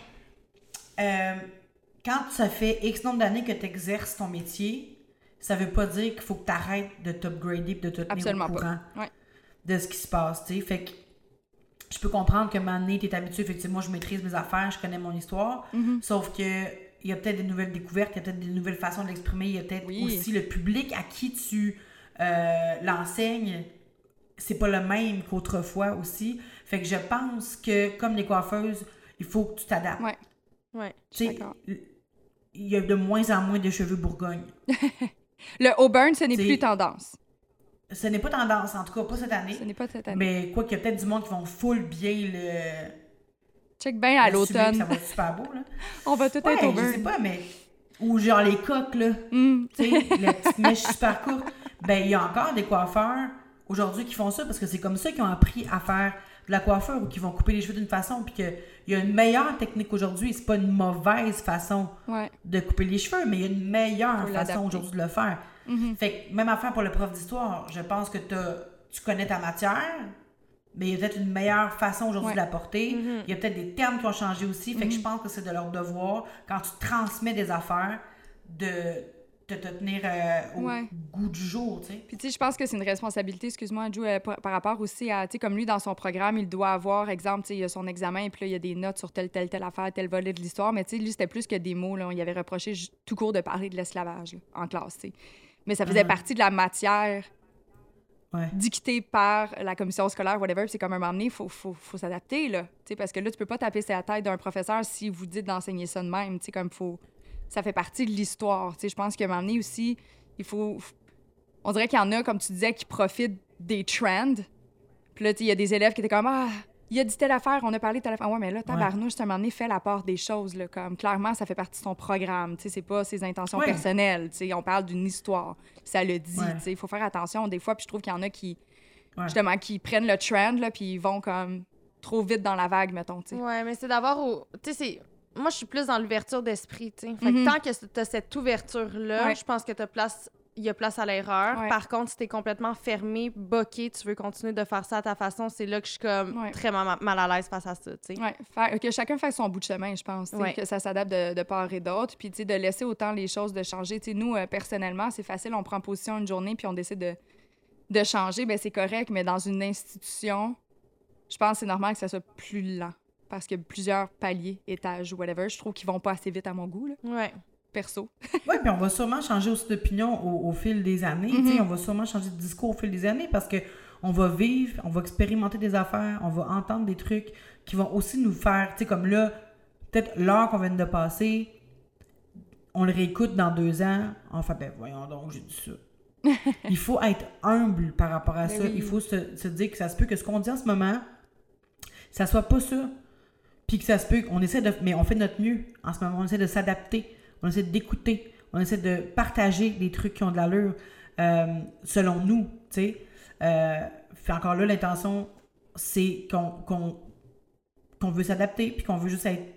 quand ça fait X nombre d'années que tu exerces ton métier, ça veut pas dire qu'il faut que tu arrêtes de t'upgrader et de te tenir au courant de ce qui se passe, tu sais. Fait que je peux comprendre que maintenant, tu es habitué, effectivement, je maîtrise mes affaires, je connais mon histoire, sauf que il y a peut-être des nouvelles découvertes, il y a peut-être des nouvelles façons de l'exprimer, il y a peut-être aussi le public à qui tu l'enseignes, c'est pas le même qu'autrefois aussi. Fait que je pense que, comme les coiffeuses, il faut que tu t'adaptes. Ouais, tu sais, il y a de moins en moins de cheveux bourgogne. Le auburn, ce n'est plus tendance. Ce n'est pas tendance, en tout cas, pas cette année. Ce n'est pas cette année. Mais quoi qu'il y a peut-être du monde qui vont full bien le... Check bien à l'automne. Ça va être super beau, là. On va tout être auburn. Je sais pas, mais... Ou genre les coques, là. Tu sais, la petite mèche super courte. Ben, il y a encore des coiffeurs, aujourd'hui, qui font ça, parce que c'est comme ça qu'ils ont appris à faire de la coiffure, ou qui vont couper les cheveux d'une façon, puis qu'il y a une meilleure technique aujourd'hui. C'est pas une mauvaise façon de couper les cheveux, mais il y a une meilleure façon aujourd'hui de le faire. Fait que même affaire pour le prof d'histoire, je pense que tu connais ta matière, mais il y a peut-être une meilleure façon aujourd'hui de l'apporter. Il y a peut-être des termes qui ont changé aussi. Fait que je pense que c'est de leur devoir, quand tu transmets des affaires, de te tenir au goût du jour, tu sais. Puis tu sais, je pense que c'est une responsabilité, excuse-moi, Jou, par rapport aussi à, tu sais, comme lui, dans son programme, il doit avoir, exemple, tu sais, il y a son examen, et puis là, il y a des notes sur telle affaire, tel volet de l'histoire, mais tu sais, lui, c'était plus que des mots, là. On y avait reproché tout court de parler de l'esclavage, là, en classe, tu sais. Mais ça faisait partie de la matière dictée par la commission scolaire, whatever, puis c'est comme un moment donné, il faut s'adapter, là, tu sais, parce que là, tu peux pas taper sur la tête d'un professeur si vous dites d'enseigner ça de même, tu sais, comme ça fait partie de l'histoire, tu sais. Je pense qu'à un moment donné aussi, il faut... On dirait qu'il y en a, comme tu disais, qui profitent des trends. Puis là, il y a des élèves qui étaient comme « Ah, il a dit telle affaire, on a parlé de telle affaire. » Ouais, mais là, tabarnouche, à un moment donné, fait la part des choses, là, comme clairement, ça fait partie de son programme, tu sais, c'est pas ses intentions personnelles, tu sais, on parle d'une histoire, ça le dit, tu sais, il faut faire attention des fois, puis je trouve qu'il y en a qui, justement, qui prennent le trend, là, puis ils vont comme trop vite dans la vague, mettons, tu sais. Ouais, mais c'est d'avoir... Tu sais, c'est... Moi, je suis plus dans l'ouverture d'esprit, tu sais. Fait que tant que tu as cette ouverture-là, je pense que il y a place à l'erreur. Ouais. Par contre, si t'es complètement fermé, boqué, tu veux continuer de faire ça à ta façon, c'est là que je suis comme très mal à l'aise face à ça, tu sais. Ouais, que chacun fasse son bout de chemin, je pense, que ça s'adapte de part et d'autre, puis tu sais, de laisser autant les choses de changer. Tu sais, nous, personnellement, c'est facile, on prend position une journée, puis on décide de changer, ben c'est correct, mais dans une institution, je pense que c'est normal que ça soit plus lent. Parce qu'il y a plusieurs paliers, étages ou whatever. Je trouve qu'ils vont pas assez vite à mon goût, là. Ouais. Perso. Oui, puis on va sûrement changer aussi d'opinion au fil des années. On va sûrement changer de discours au fil des années parce que on va vivre, on va expérimenter des affaires, on va entendre des trucs qui vont aussi nous faire, tu sais, comme là, peut-être l'heure qu'on vient de passer, on le réécoute dans 2 ans, enfin, ben voyons donc, j'ai dit ça. Il faut être humble par rapport à ça. Oui. Il faut se dire que ça se peut que ce qu'on dit en ce moment, ça soit pas ça. Puis que ça se peut qu'on essaie mais on fait de notre mieux en ce moment. On essaie de s'adapter, on essaie d'écouter, on essaie de partager des trucs qui ont de l'allure selon nous, tu sais. Encore là, l'intention, c'est qu'on veut s'adapter puis qu'on veut juste être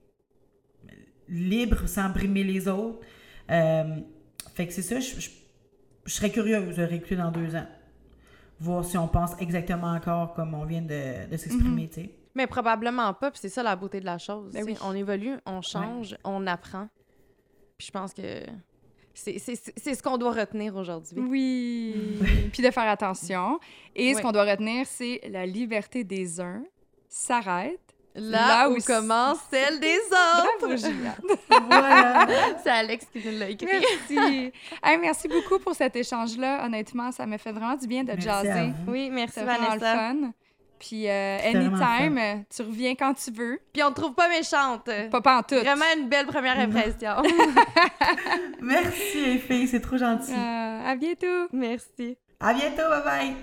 libre sans brimer les autres. Fait que c'est ça, je serais curieuse de réécouter dans 2 ans. Voir si on pense exactement encore comme on vient de s'exprimer, tu sais. Mais probablement pas, puis c'est ça la beauté de la chose. Ben oui. On évolue, on change, on apprend. Puis je pense que c'est ce qu'on doit retenir aujourd'hui. Oui. Puis de faire attention. Et ce qu'on doit retenir, c'est la liberté des uns s'arrête là où commence celle des autres. Bravo, Juliane. Voilà. C'est Alex qui nous l'a écrit. Merci. Hey, merci beaucoup pour cet échange-là. Honnêtement, ça m'a fait vraiment du bien de jaser. Oui, merci Vanessa. C'était vraiment le fun. Puis, anytime, tu reviens quand tu veux. Puis, on te trouve pas méchante. Pas pantoute. Vraiment une belle première impression. Merci, les filles, c'est trop gentil. À bientôt. Merci. À bientôt, bye-bye.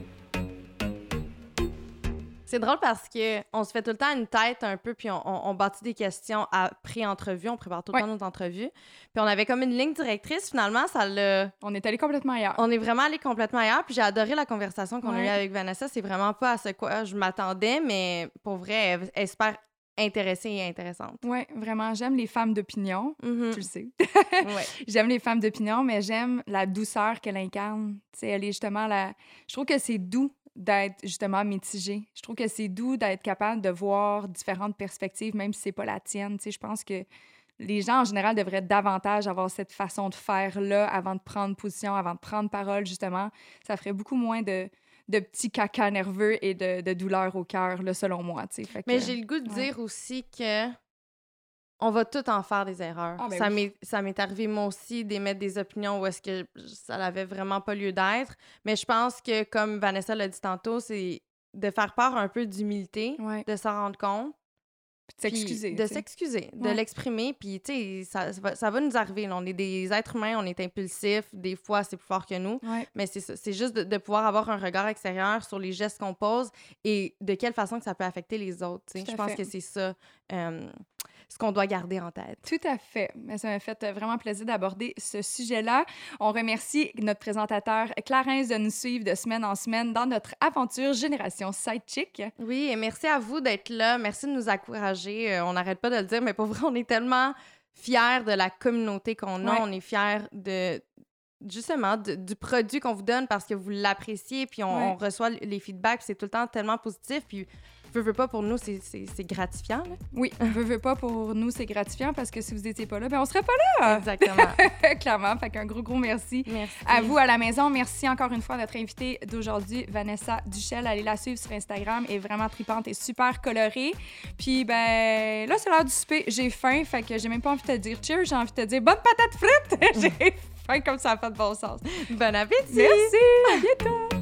C'est drôle parce qu'on se fait tout le temps une tête un peu, puis on bâtit des questions à pré-entrevue, on prépare tout le temps notre entrevue. Puis on avait comme une ligne directrice, finalement, ça l'a... On est allé complètement ailleurs. On est vraiment allé complètement ailleurs, puis j'ai adoré la conversation qu'on a eue avec Vanessa. C'est vraiment pas à ce quoi je m'attendais, mais pour vrai, elle est super intéressée et intéressante. Oui, vraiment. J'aime les femmes d'opinion, tu le sais. J'aime les femmes d'opinion, mais j'aime la douceur qu'elle incarne. T'sais, elle est justement Je trouve que c'est doux d'être justement mitigé. Je trouve que c'est doux d'être capable de voir différentes perspectives, même si c'est pas la tienne. Tu sais, je pense que les gens, en général, devraient davantage avoir cette façon de faire-là avant de prendre position, avant de prendre parole, justement. Ça ferait beaucoup moins de petits caca nerveux et de douleur au cœur, là, selon moi. Tu sais. Fait que, mais j'ai le goût de dire aussi que on va tout en faire des erreurs. Ah, ben ça m'est arrivé, moi aussi, d'émettre des opinions où est-ce que ça n'avait vraiment pas lieu d'être. Mais je pense que, comme Vanessa l'a dit tantôt, c'est de faire part un peu d'humilité, de s'en rendre compte. Puis de s'excuser. De s'excuser, de l'exprimer. Puis, tu sais, ça va nous arriver. Là. On est des êtres humains, on est impulsifs. Des fois, c'est plus fort que nous. Mais c'est ça. C'est juste de pouvoir avoir un regard extérieur sur les gestes qu'on pose et de quelle façon que ça peut affecter les autres. Je pense que c'est ça... ce qu'on doit garder en tête. Tout à fait. Mais ça m'a fait vraiment plaisir d'aborder ce sujet-là. On remercie notre présentateur Clarence de nous suivre de semaine en semaine dans notre aventure Génération Sidechick. Oui, et merci à vous d'être là. Merci de nous encourager. On n'arrête pas de le dire, mais pour vrai, on est tellement fiers de la communauté qu'on a. On est fiers de justement, du produit qu'on vous donne parce que vous l'appréciez, puis on reçoit les feedbacks, puis c'est tout le temps tellement positif, puis veux pas pour nous, c'est gratifiant. Là. Oui, veux pas pour nous, c'est gratifiant parce que si vous étiez pas là, ben on serait pas là. Exactement. Clairement, fait qu'un gros merci. Merci à vous à la maison. Merci encore une fois à notre invitée d'aujourd'hui, Vanessa Duchel. Allez la suivre sur Instagram, elle est vraiment tripante et super colorée. Puis ben là, c'est l'heure du souper. J'ai faim, fait que j'ai même pas envie de te dire cheers, j'ai envie de te dire bonne patate frite. J'ai faim comme ça a pas de bon sens. Bon appétit! Merci, à bientôt!